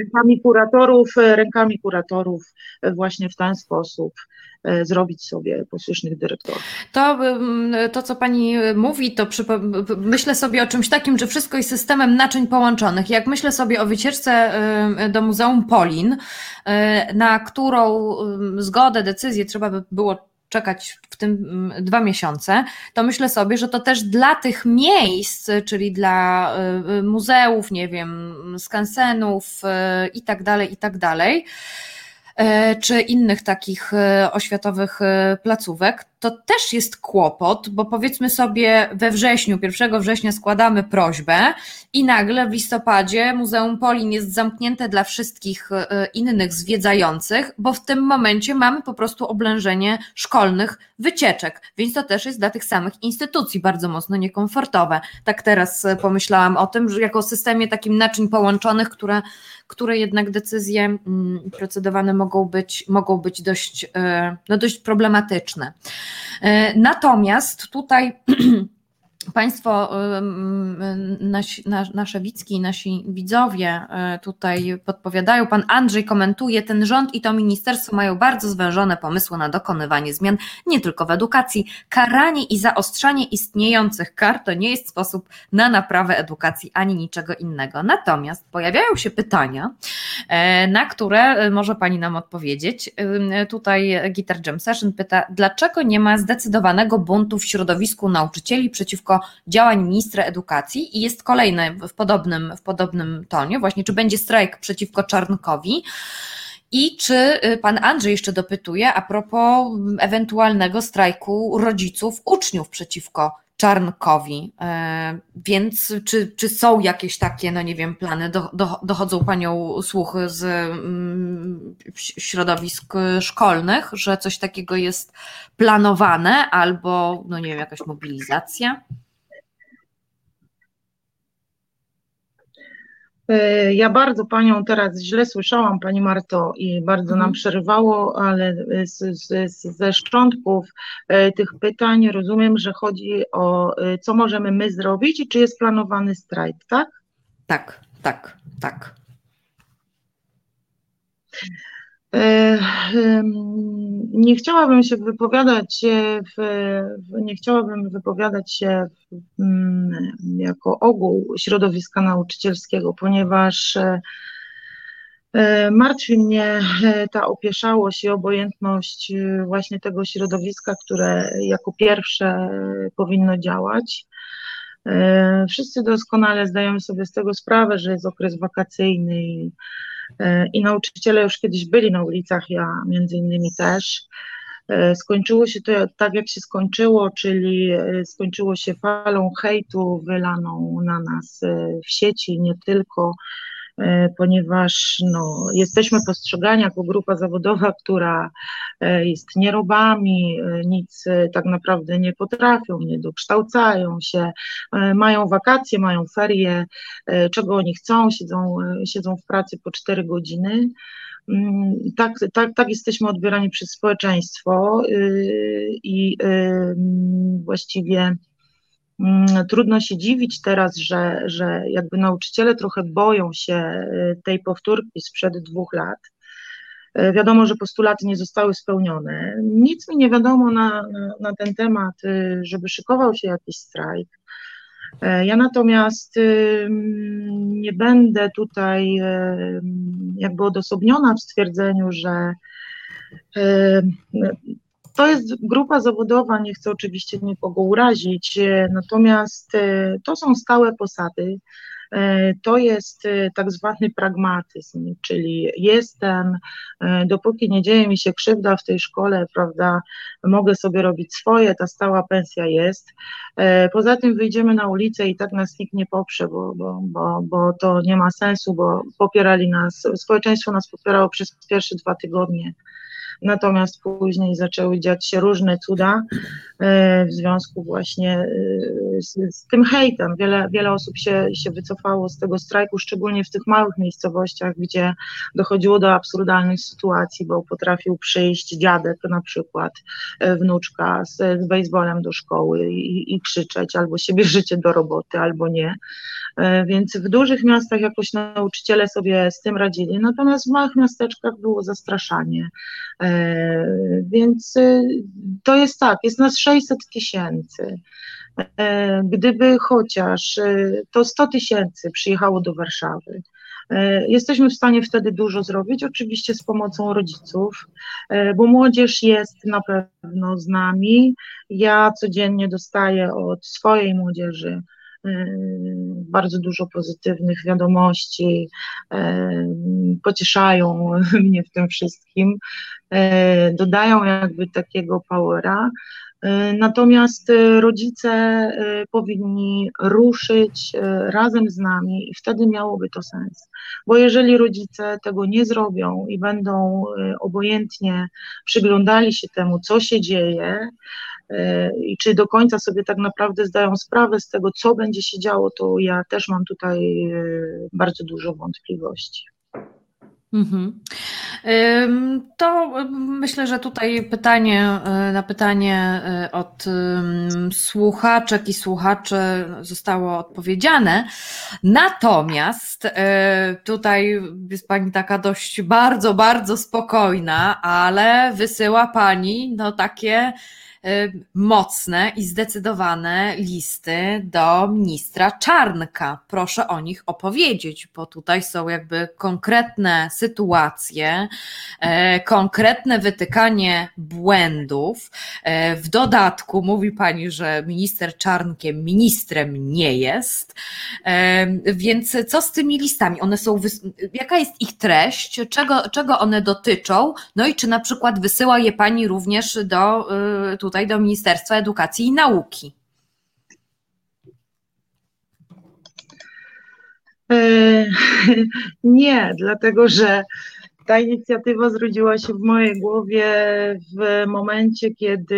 F: rękami kuratorów właśnie w ten sposób zrobić sobie posłusznych dyrektorów.
B: To, co pani mówi, to myślę sobie o czymś takim, że wszystko jest systemem naczyń połączonych. Jak myślę sobie o wycieczce do Muzeum Polin, na którą zgodę, decyzję trzeba by było czekać w tym 2 miesiące, to myślę sobie, że to też dla tych miejsc, czyli dla muzeów, nie wiem, skansenów i tak dalej, czy innych takich oświatowych placówek, to też jest kłopot, bo powiedzmy sobie we wrześniu, 1 września składamy prośbę i nagle w listopadzie Muzeum Polin jest zamknięte dla wszystkich innych zwiedzających, bo w tym momencie mamy po prostu oblężenie szkolnych wycieczek, więc to też jest dla tych samych instytucji bardzo mocno niekomfortowe. Tak teraz pomyślałam o tym, że jako systemie takim naczyń połączonych, które jednak decyzje procedowane mogą być dość problematyczne. Natomiast tutaj Państwo, nasze widzki i nasi widzowie tutaj podpowiadają, pan Andrzej komentuje, ten rząd i to ministerstwo mają bardzo zwężone pomysły na dokonywanie zmian, nie tylko w edukacji. Karanie i zaostrzanie istniejących kar to nie jest sposób na naprawę edukacji ani niczego innego. Natomiast pojawiają się pytania, na które może pani nam odpowiedzieć. Tutaj Guitar Jam Session pyta, dlaczego nie ma zdecydowanego buntu w środowisku nauczycieli przeciwko działań ministra edukacji i jest kolejne w podobnym tonie, właśnie czy będzie strajk przeciwko Czarnkowi i czy pan Andrzej jeszcze dopytuje a propos ewentualnego strajku rodziców uczniów przeciwko Czarnkowi, więc czy są jakieś takie, no nie wiem, plany, dochodzą panią słuchy z środowisk szkolnych, że coś takiego jest planowane albo, no nie wiem, jakaś mobilizacja?
F: Ja bardzo panią teraz źle słyszałam, pani Marto, i bardzo nam przerywało, ale ze szczątków tych pytań rozumiem, że chodzi o co możemy my zrobić i czy jest planowany strajk, tak?
B: Tak.
F: Nie chciałabym się wypowiadać jako ogół środowiska nauczycielskiego, ponieważ martwi mnie ta opieszałość i obojętność właśnie tego środowiska, które jako pierwsze powinno działać. Wszyscy doskonale zdajemy sobie z tego sprawę, że jest okres wakacyjny i nauczyciele już kiedyś byli na ulicach, ja między innymi też. Skończyło się to tak, jak się skończyło, czyli skończyło się falą hejtu wylaną na nas w sieci, nie tylko, ponieważ jesteśmy postrzegani jako grupa zawodowa, która jest nierobami, nic tak naprawdę nie potrafią, nie dokształcają się, mają wakacje, mają ferie, czego oni chcą, siedzą w pracy po 4 godziny. Tak jesteśmy odbierani przez społeczeństwo i właściwie trudno się dziwić teraz, że jakby nauczyciele trochę boją się tej powtórki sprzed 2 lat. Wiadomo, że postulaty nie zostały spełnione. Nic mi nie wiadomo na ten temat, żeby szykował się jakiś strajk. Ja natomiast nie będę tutaj jakby odosobniona w stwierdzeniu, że to jest grupa zawodowa, nie chcę oczywiście nikogo urazić, natomiast to są stałe posady, to jest tak zwany pragmatyzm, czyli dopóki nie dzieje mi się krzywda w tej szkole, prawda, mogę sobie robić swoje, ta stała pensja jest. Poza tym wyjdziemy na ulicę i tak nas nikt nie poprze, bo to nie ma sensu, bo popierali nas, społeczeństwo nas popierało przez pierwsze 2 tygodnie natomiast później zaczęły dziać się różne cuda w związku właśnie z tym hejtem. Wiele osób się wycofało z tego strajku, szczególnie w tych małych miejscowościach, gdzie dochodziło do absurdalnych sytuacji, bo potrafił przyjść dziadek, na przykład wnuczka z baseballem do szkoły i krzyczeć, albo się bierzecie do roboty, albo nie. Więc w dużych miastach jakoś nauczyciele sobie z tym radzili, natomiast w małych miasteczkach było zastraszanie. Więc to jest tak, jest nas 600 000. Gdyby chociaż to 100 000 przyjechało do Warszawy, jesteśmy w stanie wtedy dużo zrobić, oczywiście z pomocą rodziców, bo młodzież jest na pewno z nami. Ja codziennie dostaję od swojej młodzieży bardzo dużo pozytywnych wiadomości, pocieszają mnie w tym wszystkim, dodają jakby takiego powera. Natomiast rodzice powinni ruszyć razem z nami i wtedy miałoby to sens. Bo jeżeli rodzice tego nie zrobią i będą obojętnie przyglądali się temu, co się dzieje i czy do końca sobie tak naprawdę zdają sprawę z tego, co będzie się działo, to ja też mam tutaj bardzo dużo wątpliwości.
B: To myślę, że tutaj na pytanie od słuchaczek i słuchaczy zostało odpowiedziane. Natomiast tutaj jest Pani taka dość bardzo, bardzo spokojna, ale wysyła Pani takie mocne i zdecydowane listy do ministra Czarnka. Proszę o nich opowiedzieć, bo tutaj są jakby konkretne sytuacje, konkretne wytykanie błędów. W dodatku mówi Pani, że minister Czarnkiem ministrem nie jest. Więc co z tymi listami? One są, jaka jest ich treść? Czego one dotyczą? No i czy na przykład wysyła je Pani również tutaj do Ministerstwa Edukacji i Nauki?
F: Nie, dlatego że ta inicjatywa zrodziła się w mojej głowie w momencie,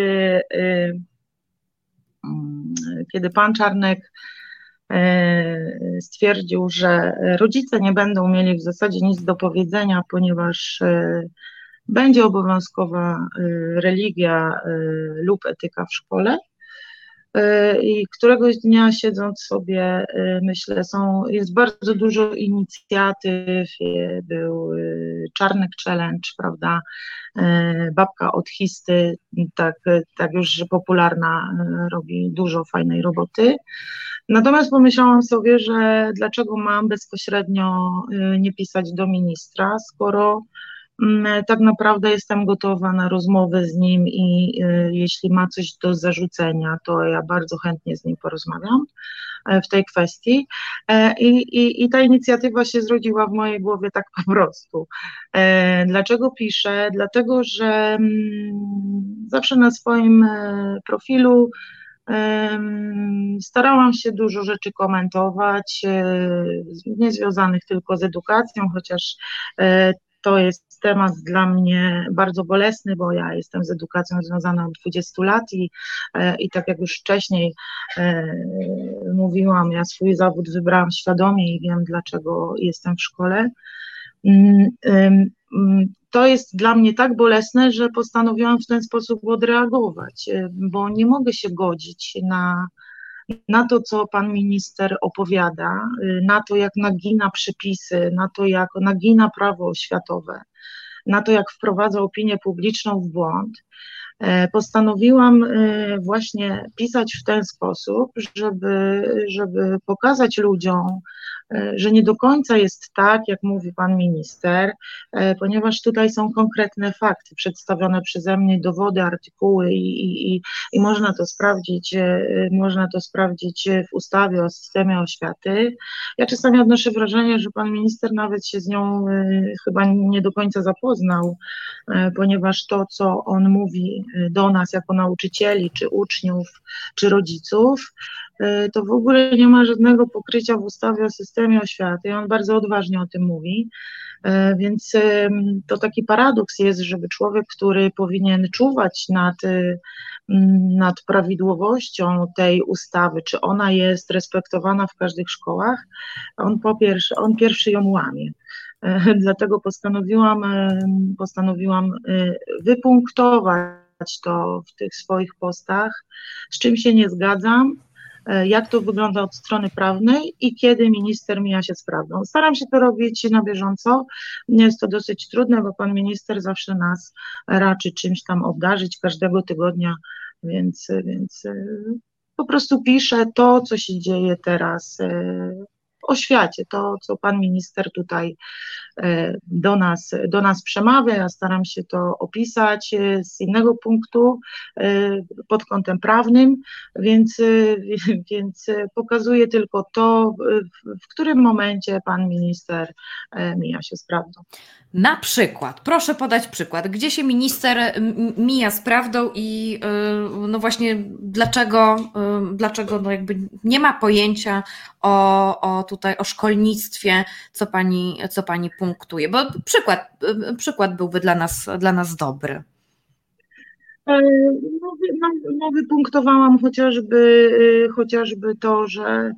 F: kiedy pan Czarnek stwierdził, że rodzice nie będą mieli w zasadzie nic do powiedzenia, ponieważ będzie obowiązkowa religia lub etyka w szkole. I któregoś dnia siedząc sobie, myślę, jest bardzo dużo inicjatyw, był Czarnek Challenge, prawda, babka od Histy, tak już popularna, robi dużo fajnej roboty. Natomiast pomyślałam sobie, że dlaczego mam bezpośrednio nie pisać do ministra, skoro tak naprawdę jestem gotowa na rozmowę z nim i jeśli ma coś do zarzucenia, to ja bardzo chętnie z nim porozmawiam w tej kwestii. I ta inicjatywa się zrodziła w mojej głowie tak po prostu. Dlaczego piszę? Dlatego, że zawsze na swoim profilu starałam się dużo rzeczy komentować, nie związanych tylko z edukacją, chociaż to jest temat dla mnie bardzo bolesny, bo ja jestem z edukacją związana od 20 lat i tak jak już wcześniej mówiłam, ja swój zawód wybrałam świadomie i wiem, dlaczego jestem w szkole. To jest dla mnie tak bolesne, że postanowiłam w ten sposób odreagować, bo nie mogę się godzić na to, co pan minister opowiada, na to, jak nagina przepisy, na to, jak nagina prawo oświatowe, na to, jak wprowadza opinię publiczną w błąd. Postanowiłam właśnie pisać w ten sposób, żeby pokazać ludziom, że nie do końca jest tak, jak mówi pan minister, ponieważ tutaj są konkretne fakty przedstawione przeze mnie, dowody, artykuły i można to sprawdzić w ustawie o systemie oświaty. Ja czasami odnoszę wrażenie, że pan minister nawet się z nią chyba nie do końca zapoznał, ponieważ to, co on mówi do nas jako nauczycieli, czy uczniów, czy rodziców, to w ogóle nie ma żadnego pokrycia w ustawie o systemie oświaty i on bardzo odważnie o tym mówi. Więc to taki paradoks jest, żeby człowiek, który powinien czuwać nad prawidłowością tej ustawy, czy ona jest respektowana w każdych szkołach, on pierwszy ją łamie. Dlatego postanowiłam wypunktować to w tych swoich postach, z czym się nie zgadzam, jak to wygląda od strony prawnej i kiedy minister mija się z prawdą. Staram się to robić na bieżąco. Jest to dosyć trudne, bo pan minister zawsze nas raczy czymś tam obdarzyć każdego tygodnia, więc po prostu piszę to, co się dzieje teraz o świecie, to, co pan minister tutaj do nas przemawia. Ja staram się to opisać z innego punktu, pod kątem prawnym, więc pokazuję tylko to, w którym momencie pan minister mija się z prawdą.
B: Na przykład, proszę podać przykład, gdzie się minister mija z prawdą i no właśnie dlaczego no jakby nie ma pojęcia tutaj o szkolnictwie, co pani punktuje, bo przykład byłby dla nas dobry.
F: No, wypunktowałam chociażby to, że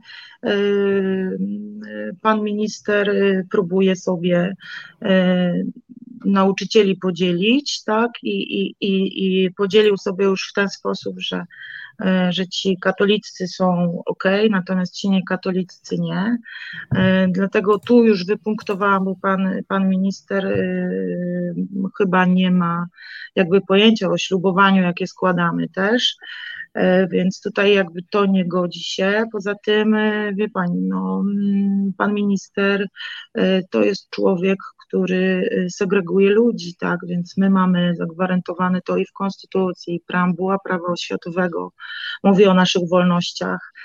F: pan minister próbuje sobie nauczycieli podzielić, tak, i podzielił sobie już w ten sposób, że ci katolicy są ok, natomiast ci niekatolicy nie. Dlatego tu już wypunktowałam, bo pan minister chyba nie ma jakby pojęcia o ślubowaniu, jakie składamy też, więc tutaj jakby to nie godzi się. Poza tym, wie pani, no, pan minister to jest człowiek, który segreguje ludzi, tak, więc my mamy zagwarantowane to i w Konstytucji, i preambuła prawa oświatowego mówi o naszych wolnościach,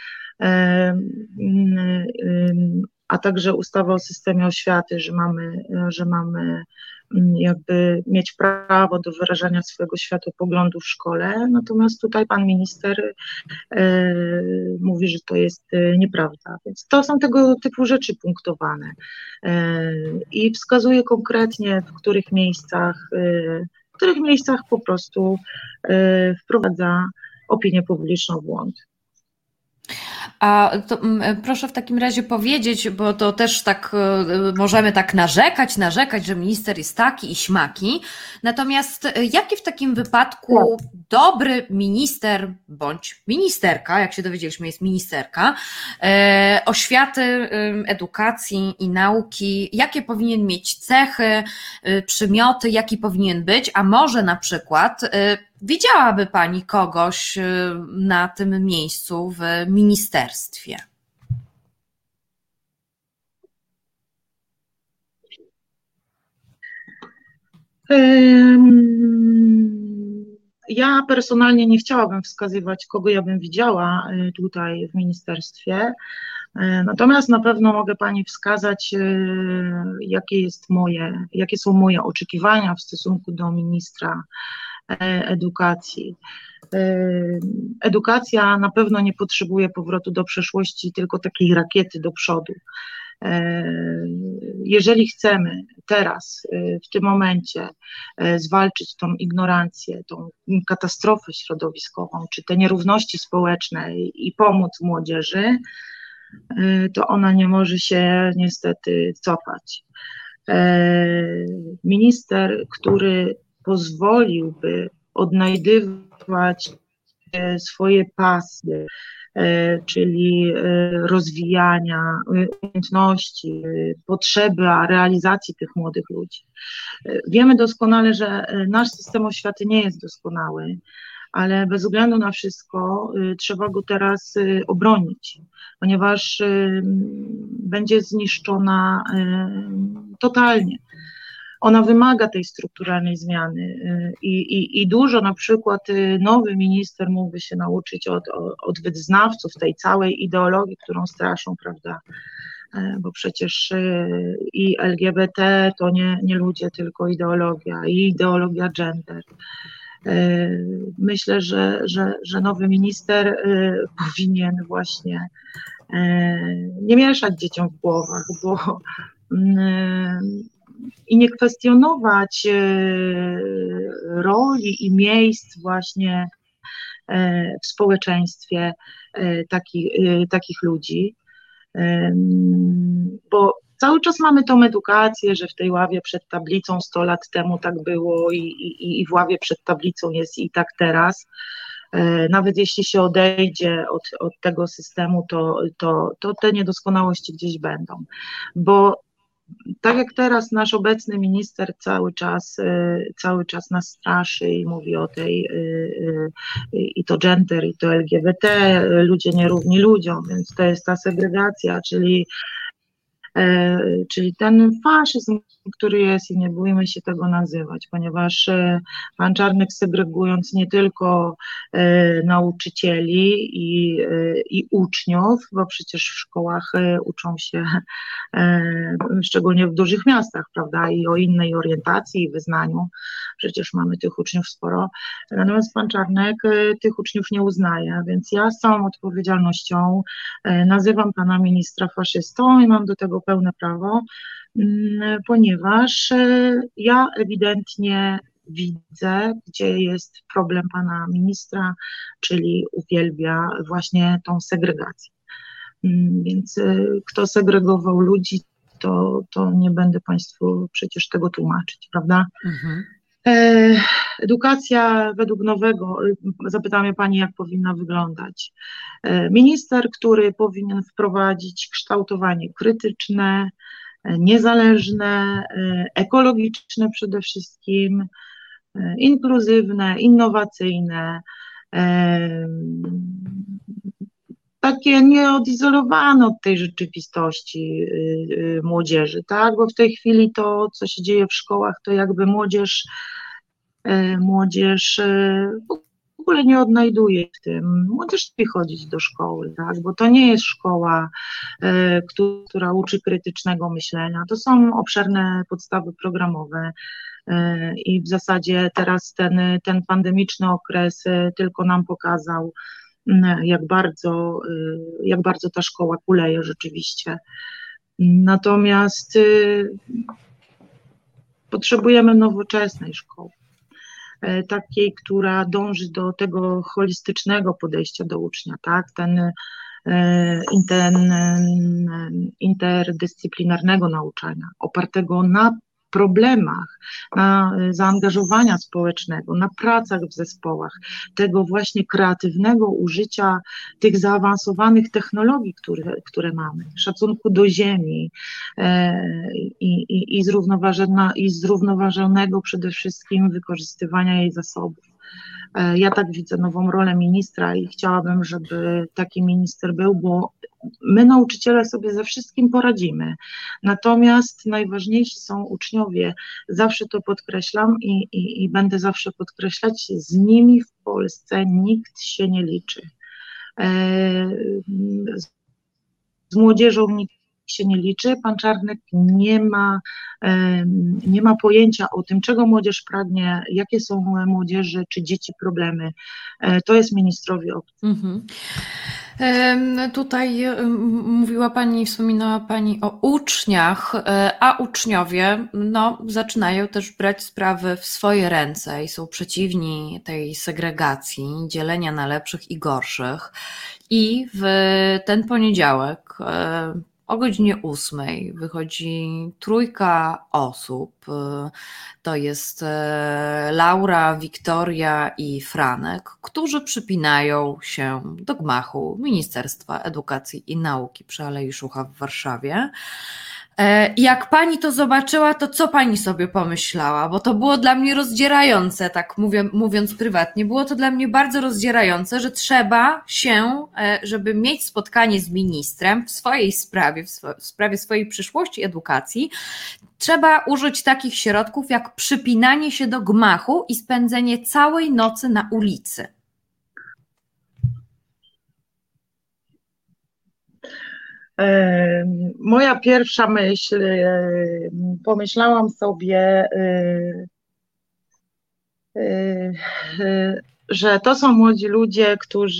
F: a także ustawa o systemie oświaty, że mamy jakby mieć prawo do wyrażania swojego światopoglądu w szkole, natomiast tutaj pan minister mówi, że to jest nieprawda, więc to są tego typu rzeczy punktowane i wskazuje konkretnie, w których miejscach po prostu wprowadza opinię publiczną w błąd.
B: A to, proszę w takim razie powiedzieć, bo to też tak możemy tak narzekać, że minister jest taki i śmaki. Natomiast jaki w takim wypadku dobry minister bądź ministerka, jak się dowiedzieliśmy, jest ministerka, oświaty, edukacji i nauki, jakie powinien mieć cechy, przymioty, jaki powinien być, a może na przykład widziałaby pani kogoś na tym miejscu w ministerstwie?
F: Ja personalnie nie chciałabym wskazywać, kogo ja bym widziała tutaj w ministerstwie, natomiast na pewno mogę pani wskazać, jakie są moje oczekiwania w stosunku do ministra edukacji. Edukacja na pewno nie potrzebuje powrotu do przeszłości, tylko takiej rakiety do przodu. Jeżeli chcemy teraz, w tym momencie zwalczyć tą ignorancję, tą katastrofę środowiskową, czy te nierówności społeczne i pomóc młodzieży, to ona nie może się niestety cofać. Minister, który pozwoliłby odnajdywać swoje pasje, czyli rozwijania umiejętności, potrzeby, a realizacji tych młodych ludzi. Wiemy doskonale, że nasz system oświaty nie jest doskonały, ale bez względu na wszystko trzeba go teraz obronić, ponieważ będzie zniszczona totalnie. Ona wymaga tej strukturalnej zmiany i dużo na przykład nowy minister mógłby się nauczyć od wyznawców tej całej ideologii, którą straszą, prawda, bo przecież i LGBT to nie ludzie, tylko ideologia, i ideologia gender. Myślę, że nowy minister powinien właśnie nie mieszać dzieciom w głowach, bo i nie kwestionować roli i miejsc właśnie w społeczeństwie takich ludzi, bo cały czas mamy tą edukację, że w tej ławie przed tablicą 100 lat temu tak było i w ławie przed tablicą jest i tak teraz. Nawet jeśli się odejdzie od tego systemu, to te niedoskonałości gdzieś będą, bo tak jak teraz nasz obecny minister cały czas nas straszy i mówi o tej i to gender, i to LGBT, ludzie nierówni ludziom, więc to jest ta segregacja, czyli ten faszyzm, który jest i nie bójmy się tego nazywać, ponieważ pan Czarnek segregując nie tylko nauczycieli i uczniów, bo przecież w szkołach uczą się, szczególnie w dużych miastach, prawda, i o innej orientacji i wyznaniu, przecież mamy tych uczniów sporo, natomiast pan Czarnek tych uczniów nie uznaje, więc ja z całą odpowiedzialnością nazywam pana ministra faszystą i mam do tego pełne prawo, ponieważ ja ewidentnie widzę, gdzie jest problem pana ministra, czyli uwielbia właśnie tą segregację. Więc kto segregował ludzi, to nie będę państwu przecież tego tłumaczyć, prawda? Mhm. Edukacja według nowego, zapytała mnie pani, jak powinna wyglądać. Minister, który powinien wprowadzić kształtowanie krytyczne, niezależne, ekologiczne przede wszystkim, inkluzywne, innowacyjne, takie nieodizolowane od tej rzeczywistości młodzieży, tak? Bo w tej chwili to, co się dzieje w szkołach, to jakby młodzież w ogóle nie odnajduje w tym. Młodzież chce chodzić do szkoły, tak? Bo to nie jest szkoła, która uczy krytycznego myślenia. To są obszerne podstawy programowe i w zasadzie teraz ten pandemiczny okres tylko nam pokazał, jak bardzo ta szkoła kuleje rzeczywiście. Natomiast potrzebujemy nowoczesnej szkoły, takiej, która dąży do tego holistycznego podejścia do ucznia, tak? Ten interdyscyplinarnego nauczania, opartego na problemach, na zaangażowania społecznego, na pracach w zespołach, tego właśnie kreatywnego użycia tych zaawansowanych technologii, które mamy, szacunku do ziemi i zrównoważonego przede wszystkim wykorzystywania jej zasobów. Ja tak widzę nową rolę ministra i chciałabym, żeby taki minister był, bo my nauczyciele sobie ze wszystkim poradzimy, natomiast najważniejsi są uczniowie, zawsze to podkreślam i będę zawsze podkreślać, z nimi w Polsce nikt się nie liczy. Z młodzieżą nikt się nie liczy, pan Czarnek nie ma pojęcia o tym, czego młodzież pragnie, jakie są młodzieży czy dzieci problemy. To jest ministrowi obcy.
B: Mhm. Tutaj mówiła pani, wspominała pani o uczniach, a uczniowie zaczynają też brać sprawy w swoje ręce i są przeciwni tej segregacji, dzielenia na lepszych i gorszych. I w ten poniedziałek o godzinie 8 wychodzi 3 osób, to jest Laura, Wiktoria i Franek, którzy przypinają się do gmachu Ministerstwa Edukacji i Nauki przy Alei Szucha w Warszawie. Jak pani to zobaczyła, to co pani sobie pomyślała? Bo to było dla mnie rozdzierające, tak mówiąc prywatnie, było to dla mnie bardzo rozdzierające, że trzeba się, żeby mieć spotkanie z ministrem w swojej sprawie, w sprawie swojej przyszłości edukacji, trzeba użyć takich środków jak przypinanie się do gmachu i spędzenie całej nocy na ulicy.
F: Moja pierwsza myśl, pomyślałam sobie, że to są młodzi ludzie,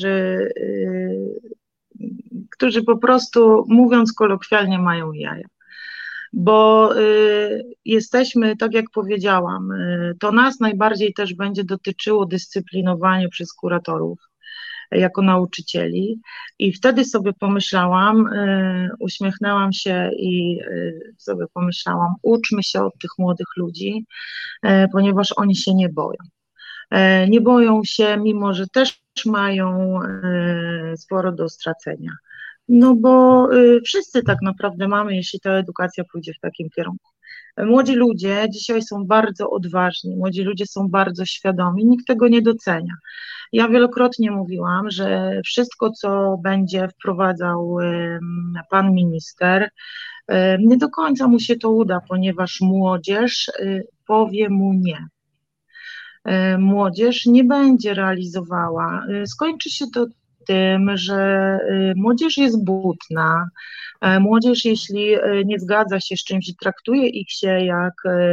F: którzy po prostu, mówiąc kolokwialnie, mają jaja. Bo jesteśmy, tak jak powiedziałam, to nas najbardziej też będzie dotyczyło dyscyplinowanie przez kuratorów jako nauczycieli i wtedy sobie pomyślałam, uśmiechnęłam się i sobie pomyślałam, uczmy się od tych młodych ludzi, ponieważ oni się nie boją. Nie boją się, mimo że też mają sporo do stracenia. No bo wszyscy tak naprawdę mamy, jeśli ta edukacja pójdzie w takim kierunku. Młodzi ludzie dzisiaj są bardzo odważni, młodzi ludzie są bardzo świadomi, nikt tego nie docenia. Ja wielokrotnie mówiłam, że wszystko, co będzie wprowadzał pan minister, nie do końca mu się to uda, ponieważ młodzież powie mu nie. Młodzież nie będzie realizowała. Skończy się to tym, że młodzież jest butna. Młodzież, jeśli nie zgadza się z czymś i traktuje ich się jak...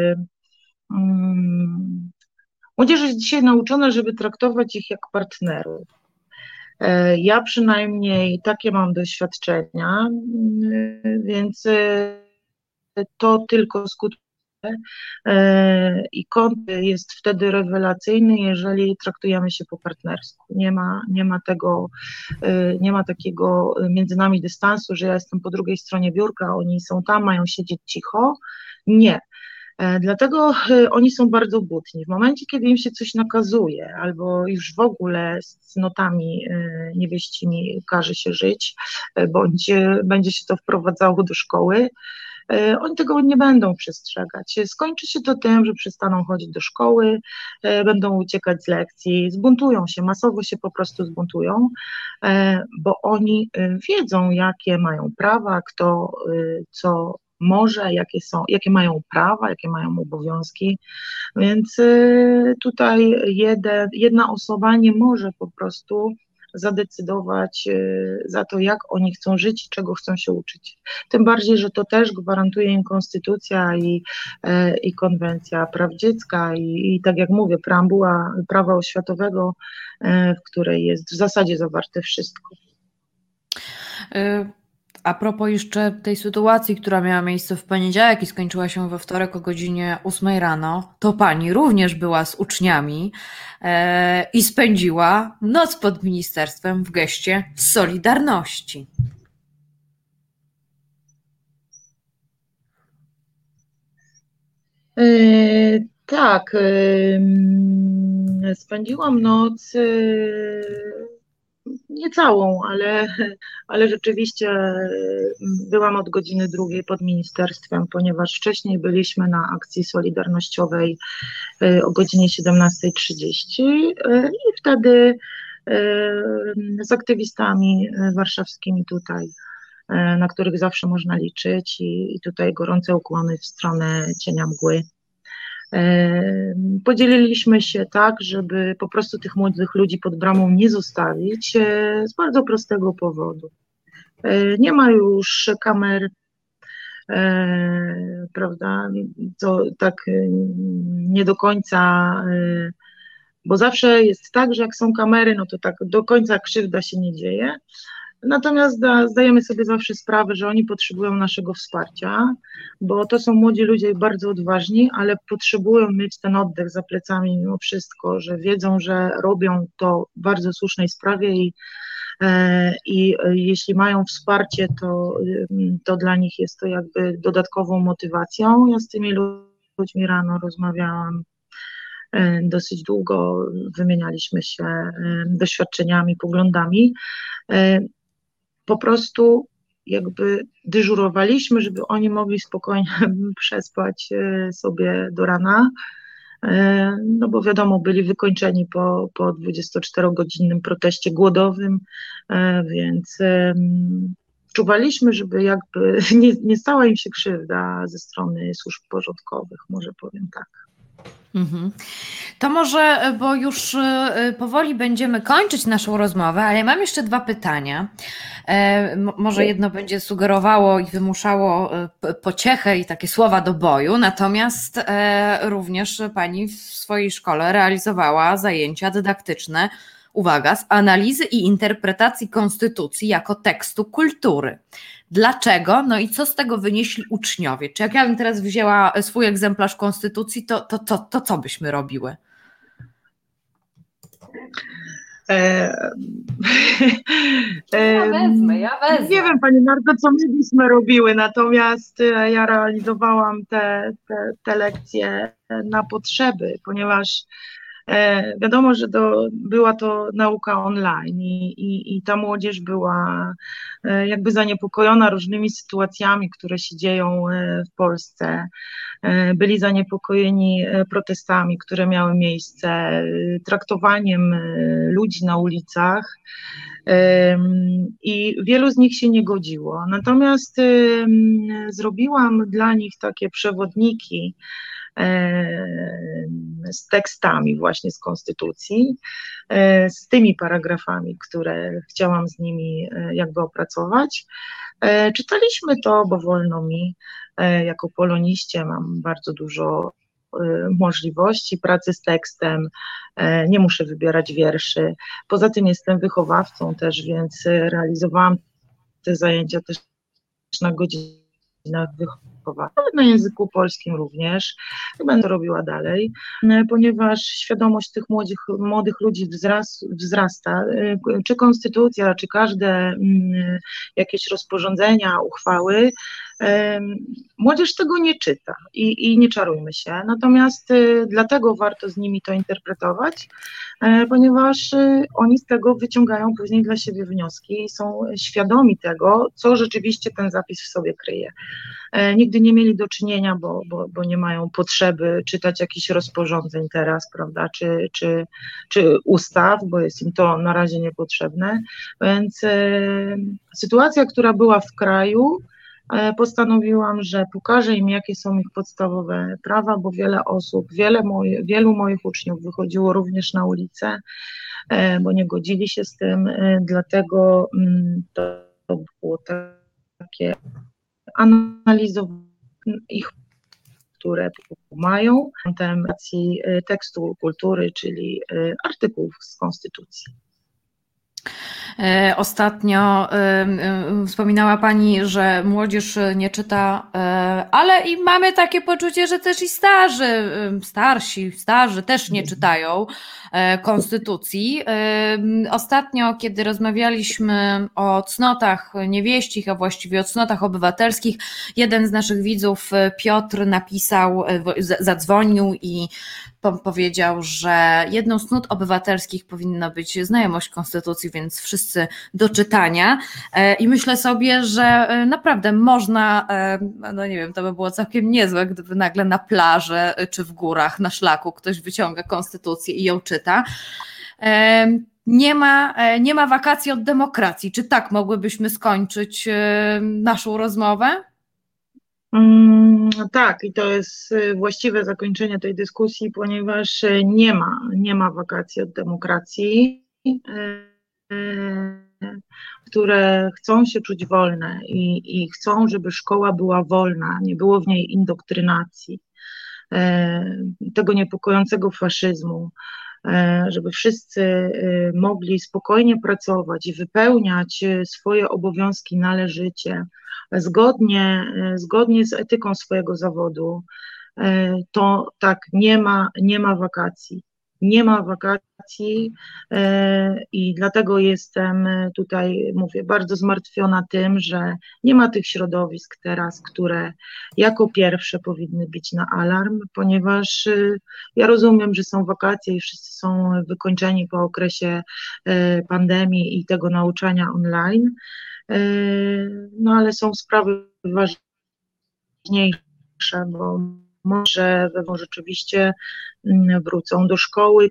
F: Młodzież jest dzisiaj nauczona, żeby traktować ich jak partnerów. Ja przynajmniej takie mam doświadczenia, więc to tylko skutkuje i kąt jest wtedy rewelacyjny, jeżeli traktujemy się po partnersku. Nie ma takiego między nami dystansu, że ja jestem po drugiej stronie biurka, oni są tam, mają siedzieć cicho. Nie. Dlatego oni są bardzo butni. W momencie, kiedy im się coś nakazuje, albo już w ogóle z cnotami niewieścimi każe się żyć, bądź będzie się to wprowadzało do szkoły, oni tego nie będą przestrzegać. Skończy się to tym, że przestaną chodzić do szkoły, będą uciekać z lekcji, zbuntują się, masowo się po prostu zbuntują, bo oni wiedzą, jakie mają prawa, kto co może, jakie mają prawa, jakie mają obowiązki, więc tutaj jedna osoba nie może po prostu zadecydować za to, jak oni chcą żyć i czego chcą się uczyć. Tym bardziej, że to też gwarantuje im konstytucja i konwencja praw dziecka i tak jak mówię, preambuła prawa oświatowego, w której jest w zasadzie zawarte wszystko.
B: A propos jeszcze tej sytuacji, która miała miejsce w poniedziałek i skończyła się we wtorek o godzinie 8 rano, to pani również była z uczniami i spędziła noc pod ministerstwem w geście solidarności.
F: Tak, spędziłam noc nie całą, ale rzeczywiście byłam od godziny 2 pod ministerstwem, ponieważ wcześniej byliśmy na akcji solidarnościowej o godzinie 17:30 i wtedy z aktywistami warszawskimi tutaj, na których zawsze można liczyć i tutaj gorące ukłony w stronę Cienia Mgły. Podzieliliśmy się tak, żeby po prostu tych młodych ludzi pod bramą nie zostawić z bardzo prostego powodu. Nie ma już kamer, prawda, to tak nie do końca, bo zawsze jest tak, że jak są kamery, no to tak do końca krzywda się nie dzieje. Natomiast zdajemy sobie zawsze sprawę, że oni potrzebują naszego wsparcia, bo to są młodzi ludzie bardzo odważni, ale potrzebują mieć ten oddech za plecami mimo wszystko, że wiedzą, że robią to w bardzo słusznej sprawie i jeśli mają wsparcie, to dla nich jest to jakby dodatkową motywacją. Ja z tymi ludźmi rano rozmawiałam dosyć długo, wymienialiśmy się doświadczeniami, poglądami. Po prostu jakby dyżurowaliśmy, żeby oni mogli spokojnie przespać sobie do rana, no bo wiadomo, byli wykończeni po 24-godzinnym proteście głodowym, więc czuwaliśmy, żeby jakby nie stała im się krzywda ze strony służb porządkowych, może powiem tak.
B: Mhm. To może, bo już powoli będziemy kończyć naszą rozmowę, ale ja mam jeszcze 2 pytania. Może jedno będzie sugerowało i wymuszało pociechę i takie słowa do boju, natomiast również Pani w swojej szkole realizowała zajęcia dydaktyczne, uwaga, z analizy i interpretacji konstytucji jako tekstu kultury. Dlaczego? No i co z tego wynieśli uczniowie? Czy jak ja bym teraz wzięła swój egzemplarz konstytucji, to co byśmy robiły? Ja wezmę.
F: Nie wiem, Pani Marto, co my byśmy robiły, natomiast ja realizowałam te lekcje na potrzeby, ponieważ wiadomo, że była to nauka online i ta młodzież była jakby zaniepokojona różnymi sytuacjami, które się dzieją w Polsce. Byli zaniepokojeni protestami, które miały miejsce, traktowaniem ludzi na ulicach i wielu z nich się nie godziło. Natomiast zrobiłam dla nich takie przewodniki z tekstami właśnie z Konstytucji, z tymi paragrafami, które chciałam z nimi jakby opracować. Czytaliśmy to, bo wolno mi, jako poloniście mam bardzo dużo możliwości pracy z tekstem, nie muszę wybierać wierszy. Poza tym jestem wychowawcą też, więc realizowałam te zajęcia też na godzinach wychowania, ale na języku polskim również. I będę robiła dalej, ponieważ świadomość tych młodych ludzi wzrasta. Czy konstytucja, czy każde jakieś rozporządzenia, uchwały, młodzież tego nie czyta i nie czarujmy się, natomiast dlatego warto z nimi to interpretować, ponieważ oni z tego wyciągają później dla siebie wnioski i są świadomi tego, co rzeczywiście ten zapis w sobie kryje. Nigdy nie mieli do czynienia, bo nie mają potrzeby czytać jakichś rozporządzeń teraz, prawda, czy ustaw, bo jest im to na razie niepotrzebne, więc sytuacja, która była w kraju, postanowiłam, że pokażę im, jakie są ich podstawowe prawa, bo wiele osób, wielu moich uczniów wychodziło również na ulicę, bo nie godzili się z tym, dlatego to było takie analizowanie ich, które mają kontemplacji tekstu kultury, czyli artykułów z Konstytucji.
B: Ostatnio wspominała Pani, że młodzież nie czyta, ale i mamy takie poczucie, że też i starzy też nie czytają konstytucji. Ostatnio, kiedy rozmawialiśmy o cnotach niewieścich, a właściwie o cnotach obywatelskich, jeden z naszych widzów, Piotr, zadzwonił i powiedział, że jedną z cnót obywatelskich powinna być znajomość konstytucji, więc wszyscy do czytania. I myślę sobie, że naprawdę można, no nie wiem, to by było całkiem niezłe, gdyby nagle na plaży czy w górach, na szlaku ktoś wyciąga konstytucję i ją czyta. Nie ma wakacji od demokracji. Czy tak mogłybyśmy skończyć naszą rozmowę?
F: Tak, i to jest właściwe zakończenie tej dyskusji, ponieważ nie ma wakacji od demokracji, które chcą się czuć wolne i chcą, żeby szkoła była wolna, nie było w niej indoktrynacji, tego niepokojącego faszyzmu, żeby wszyscy mogli spokojnie pracować i wypełniać swoje obowiązki należycie, zgodnie z etyką swojego zawodu, to tak, nie ma wakacji. Nie ma wakacji i dlatego jestem tutaj, mówię, bardzo zmartwiona tym, że nie ma tych środowisk teraz, które jako pierwsze powinny bić na alarm, ponieważ ja rozumiem, że są wakacje i wszyscy są wykończeni po okresie pandemii i tego nauczania online, no ale są sprawy ważniejsze, bo może rzeczywiście wrócą do szkoły,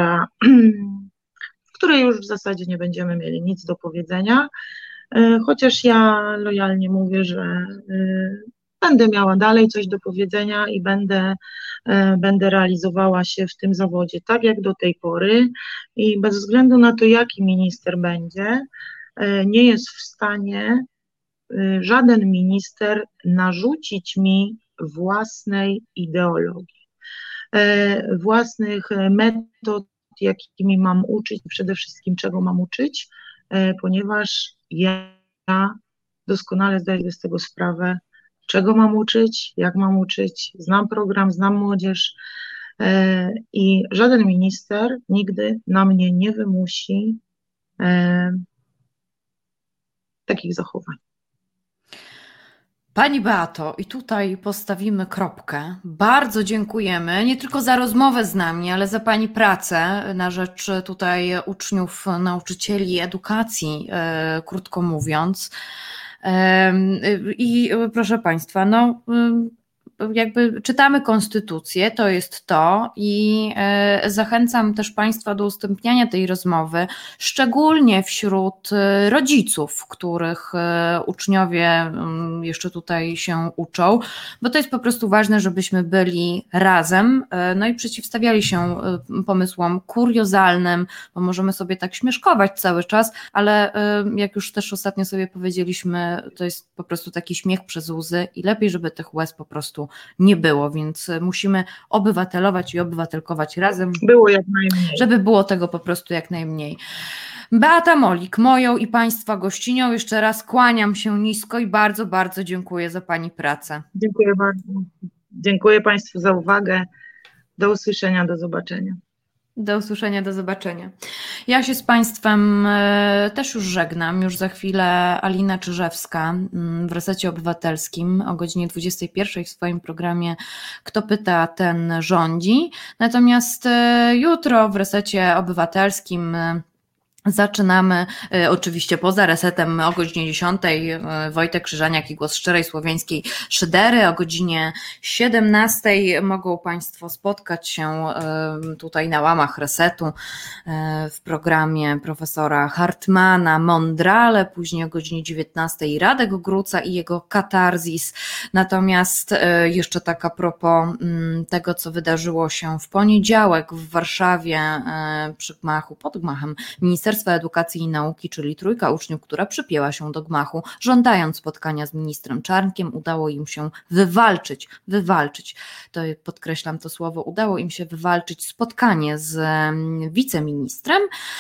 F: w której już w zasadzie nie będziemy mieli nic do powiedzenia, chociaż ja lojalnie mówię, że będę miała dalej coś do powiedzenia i będę realizowała się w tym zawodzie tak jak do tej pory i bez względu na to, jaki minister będzie, nie jest w stanie żaden minister narzucić mi własnej ideologii, własnych metod, jakimi mam uczyć, przede wszystkim czego mam uczyć, ponieważ ja doskonale zdaję sobie z tego sprawę, czego mam uczyć, jak mam uczyć, znam program, znam młodzież i żaden minister nigdy na mnie nie wymusi takich zachowań.
B: Pani Beato, i tutaj postawimy kropkę. Bardzo dziękujemy nie tylko za rozmowę z nami, ale za Pani pracę na rzecz tutaj uczniów, nauczycieli, edukacji, krótko mówiąc. I proszę Państwa, no jakby czytamy konstytucję, to jest to i zachęcam też Państwa do udostępniania tej rozmowy, szczególnie wśród rodziców, których uczniowie jeszcze tutaj się uczą, bo to jest po prostu ważne, żebyśmy byli razem, no i przeciwstawiali się pomysłom kuriozalnym, bo możemy sobie tak śmieszkować cały czas, ale jak już też ostatnio sobie powiedzieliśmy, to jest po prostu taki śmiech przez łzy i lepiej, żeby tych łez po prostu nie było, więc musimy obywatelować i obywatelkować razem,
F: było jak najmniej,
B: żeby było tego po prostu jak najmniej. Beata Molik, moją i Państwa gościnią, jeszcze raz kłaniam się nisko i bardzo, bardzo dziękuję za Pani pracę.
F: Dziękuję bardzo. Dziękuję Państwu za uwagę. Do usłyszenia, do zobaczenia.
B: Do usłyszenia, do zobaczenia. Ja się z Państwem też już żegnam. Już za chwilę Alina Czyżewska w Resecie Obywatelskim o godzinie 21 w swoim programie Kto pyta, ten rządzi. Natomiast jutro w Resecie Obywatelskim zaczynamy, oczywiście poza resetem o godzinie 10 Wojtek Krzyżaniak i Głos Szczerej Słowiańskiej Szydery, o godzinie 17 mogą Państwo spotkać się tutaj na łamach resetu w programie profesora Hartmana Mondrale, później o godzinie 19 Radek Gruca i jego katarzis. Natomiast jeszcze tak a propos tego, co wydarzyło się w poniedziałek w Warszawie przy gmachu, pod gmachem Ministerstwa Edukacji i Nauki, czyli trójka uczniów, która przypięła się do gmachu, żądając spotkania z ministrem Czarnkiem, udało im się wywalczyć, to podkreślam to słowo, udało im się wywalczyć spotkanie z wiceministrem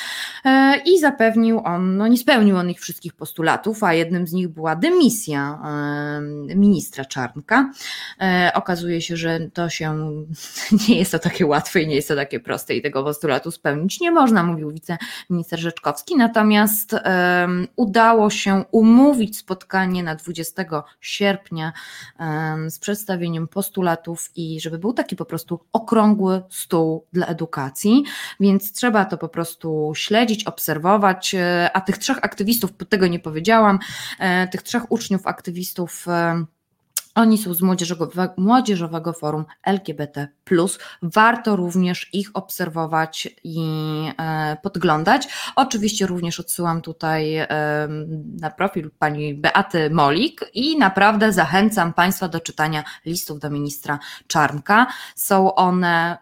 B: i zapewnił on, no nie spełnił on ich wszystkich postulatów, a jednym z nich była dymisja ministra Czarnka. Okazuje się, że to się nie jest to takie łatwe i nie jest to takie proste i tego postulatu spełnić nie można, mówił wiceminister Rzeczkowski, natomiast udało się umówić spotkanie na 20 sierpnia z przedstawieniem postulatów i żeby był taki po prostu okrągły stół dla edukacji, więc trzeba to po prostu śledzić, obserwować, a tych trzech aktywistów, tego nie powiedziałam, tych trzech uczniów aktywistów, oni są z Młodzieżowego Forum LGBT+. Warto również ich obserwować i podglądać. Oczywiście również odsyłam tutaj na profil pani Beaty Molik i naprawdę zachęcam Państwa do czytania listów do ministra Czarnka. Są one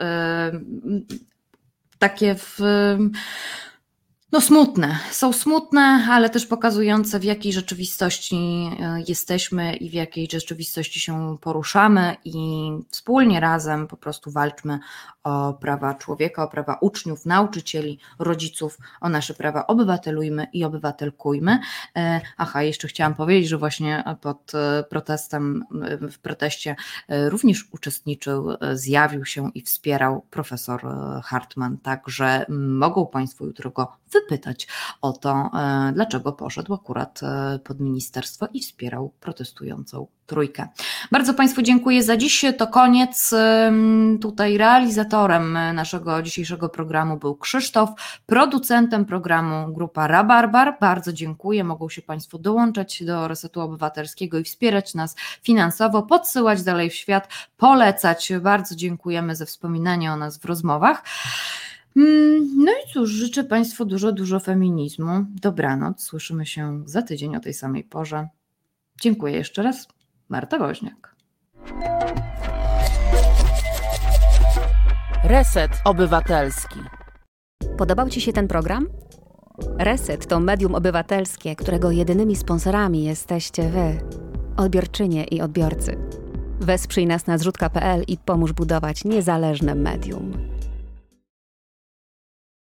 B: takie są smutne, ale też pokazujące, w jakiej rzeczywistości jesteśmy i w jakiej rzeczywistości się poruszamy i wspólnie razem po prostu walczmy o prawa człowieka, o prawa uczniów, nauczycieli, rodziców, o nasze prawa, obywatelujmy i obywatelkujmy. Aha, jeszcze chciałam powiedzieć, że właśnie pod protestem, w proteście również uczestniczył, zjawił się i wspierał profesor Hartman, także mogą Państwo jutro go wypytać o to, dlaczego poszedł akurat pod ministerstwo i wspierał protestującą trójkę. Bardzo Państwu dziękuję za dziś. To koniec. Tutaj realizatorem naszego dzisiejszego programu był Krzysztof, producentem programu grupa Rabarbar. Bardzo dziękuję. Mogą się Państwo dołączać do Resetu Obywatelskiego i wspierać nas finansowo, podsyłać dalej w świat, polecać. Bardzo dziękujemy za wspominanie o nas w rozmowach. No i cóż, życzę Państwu dużo feminizmu. Dobranoc, słyszymy się za tydzień o tej samej porze. Dziękuję jeszcze raz. Marta Woźniak.
A: Reset Obywatelski.
E: Podobał Ci się ten program? Reset to medium obywatelskie, którego jedynymi sponsorami jesteście Wy, odbiorczynie i odbiorcy. Wesprzyj nas na zrzutka.pl i pomóż budować niezależne medium.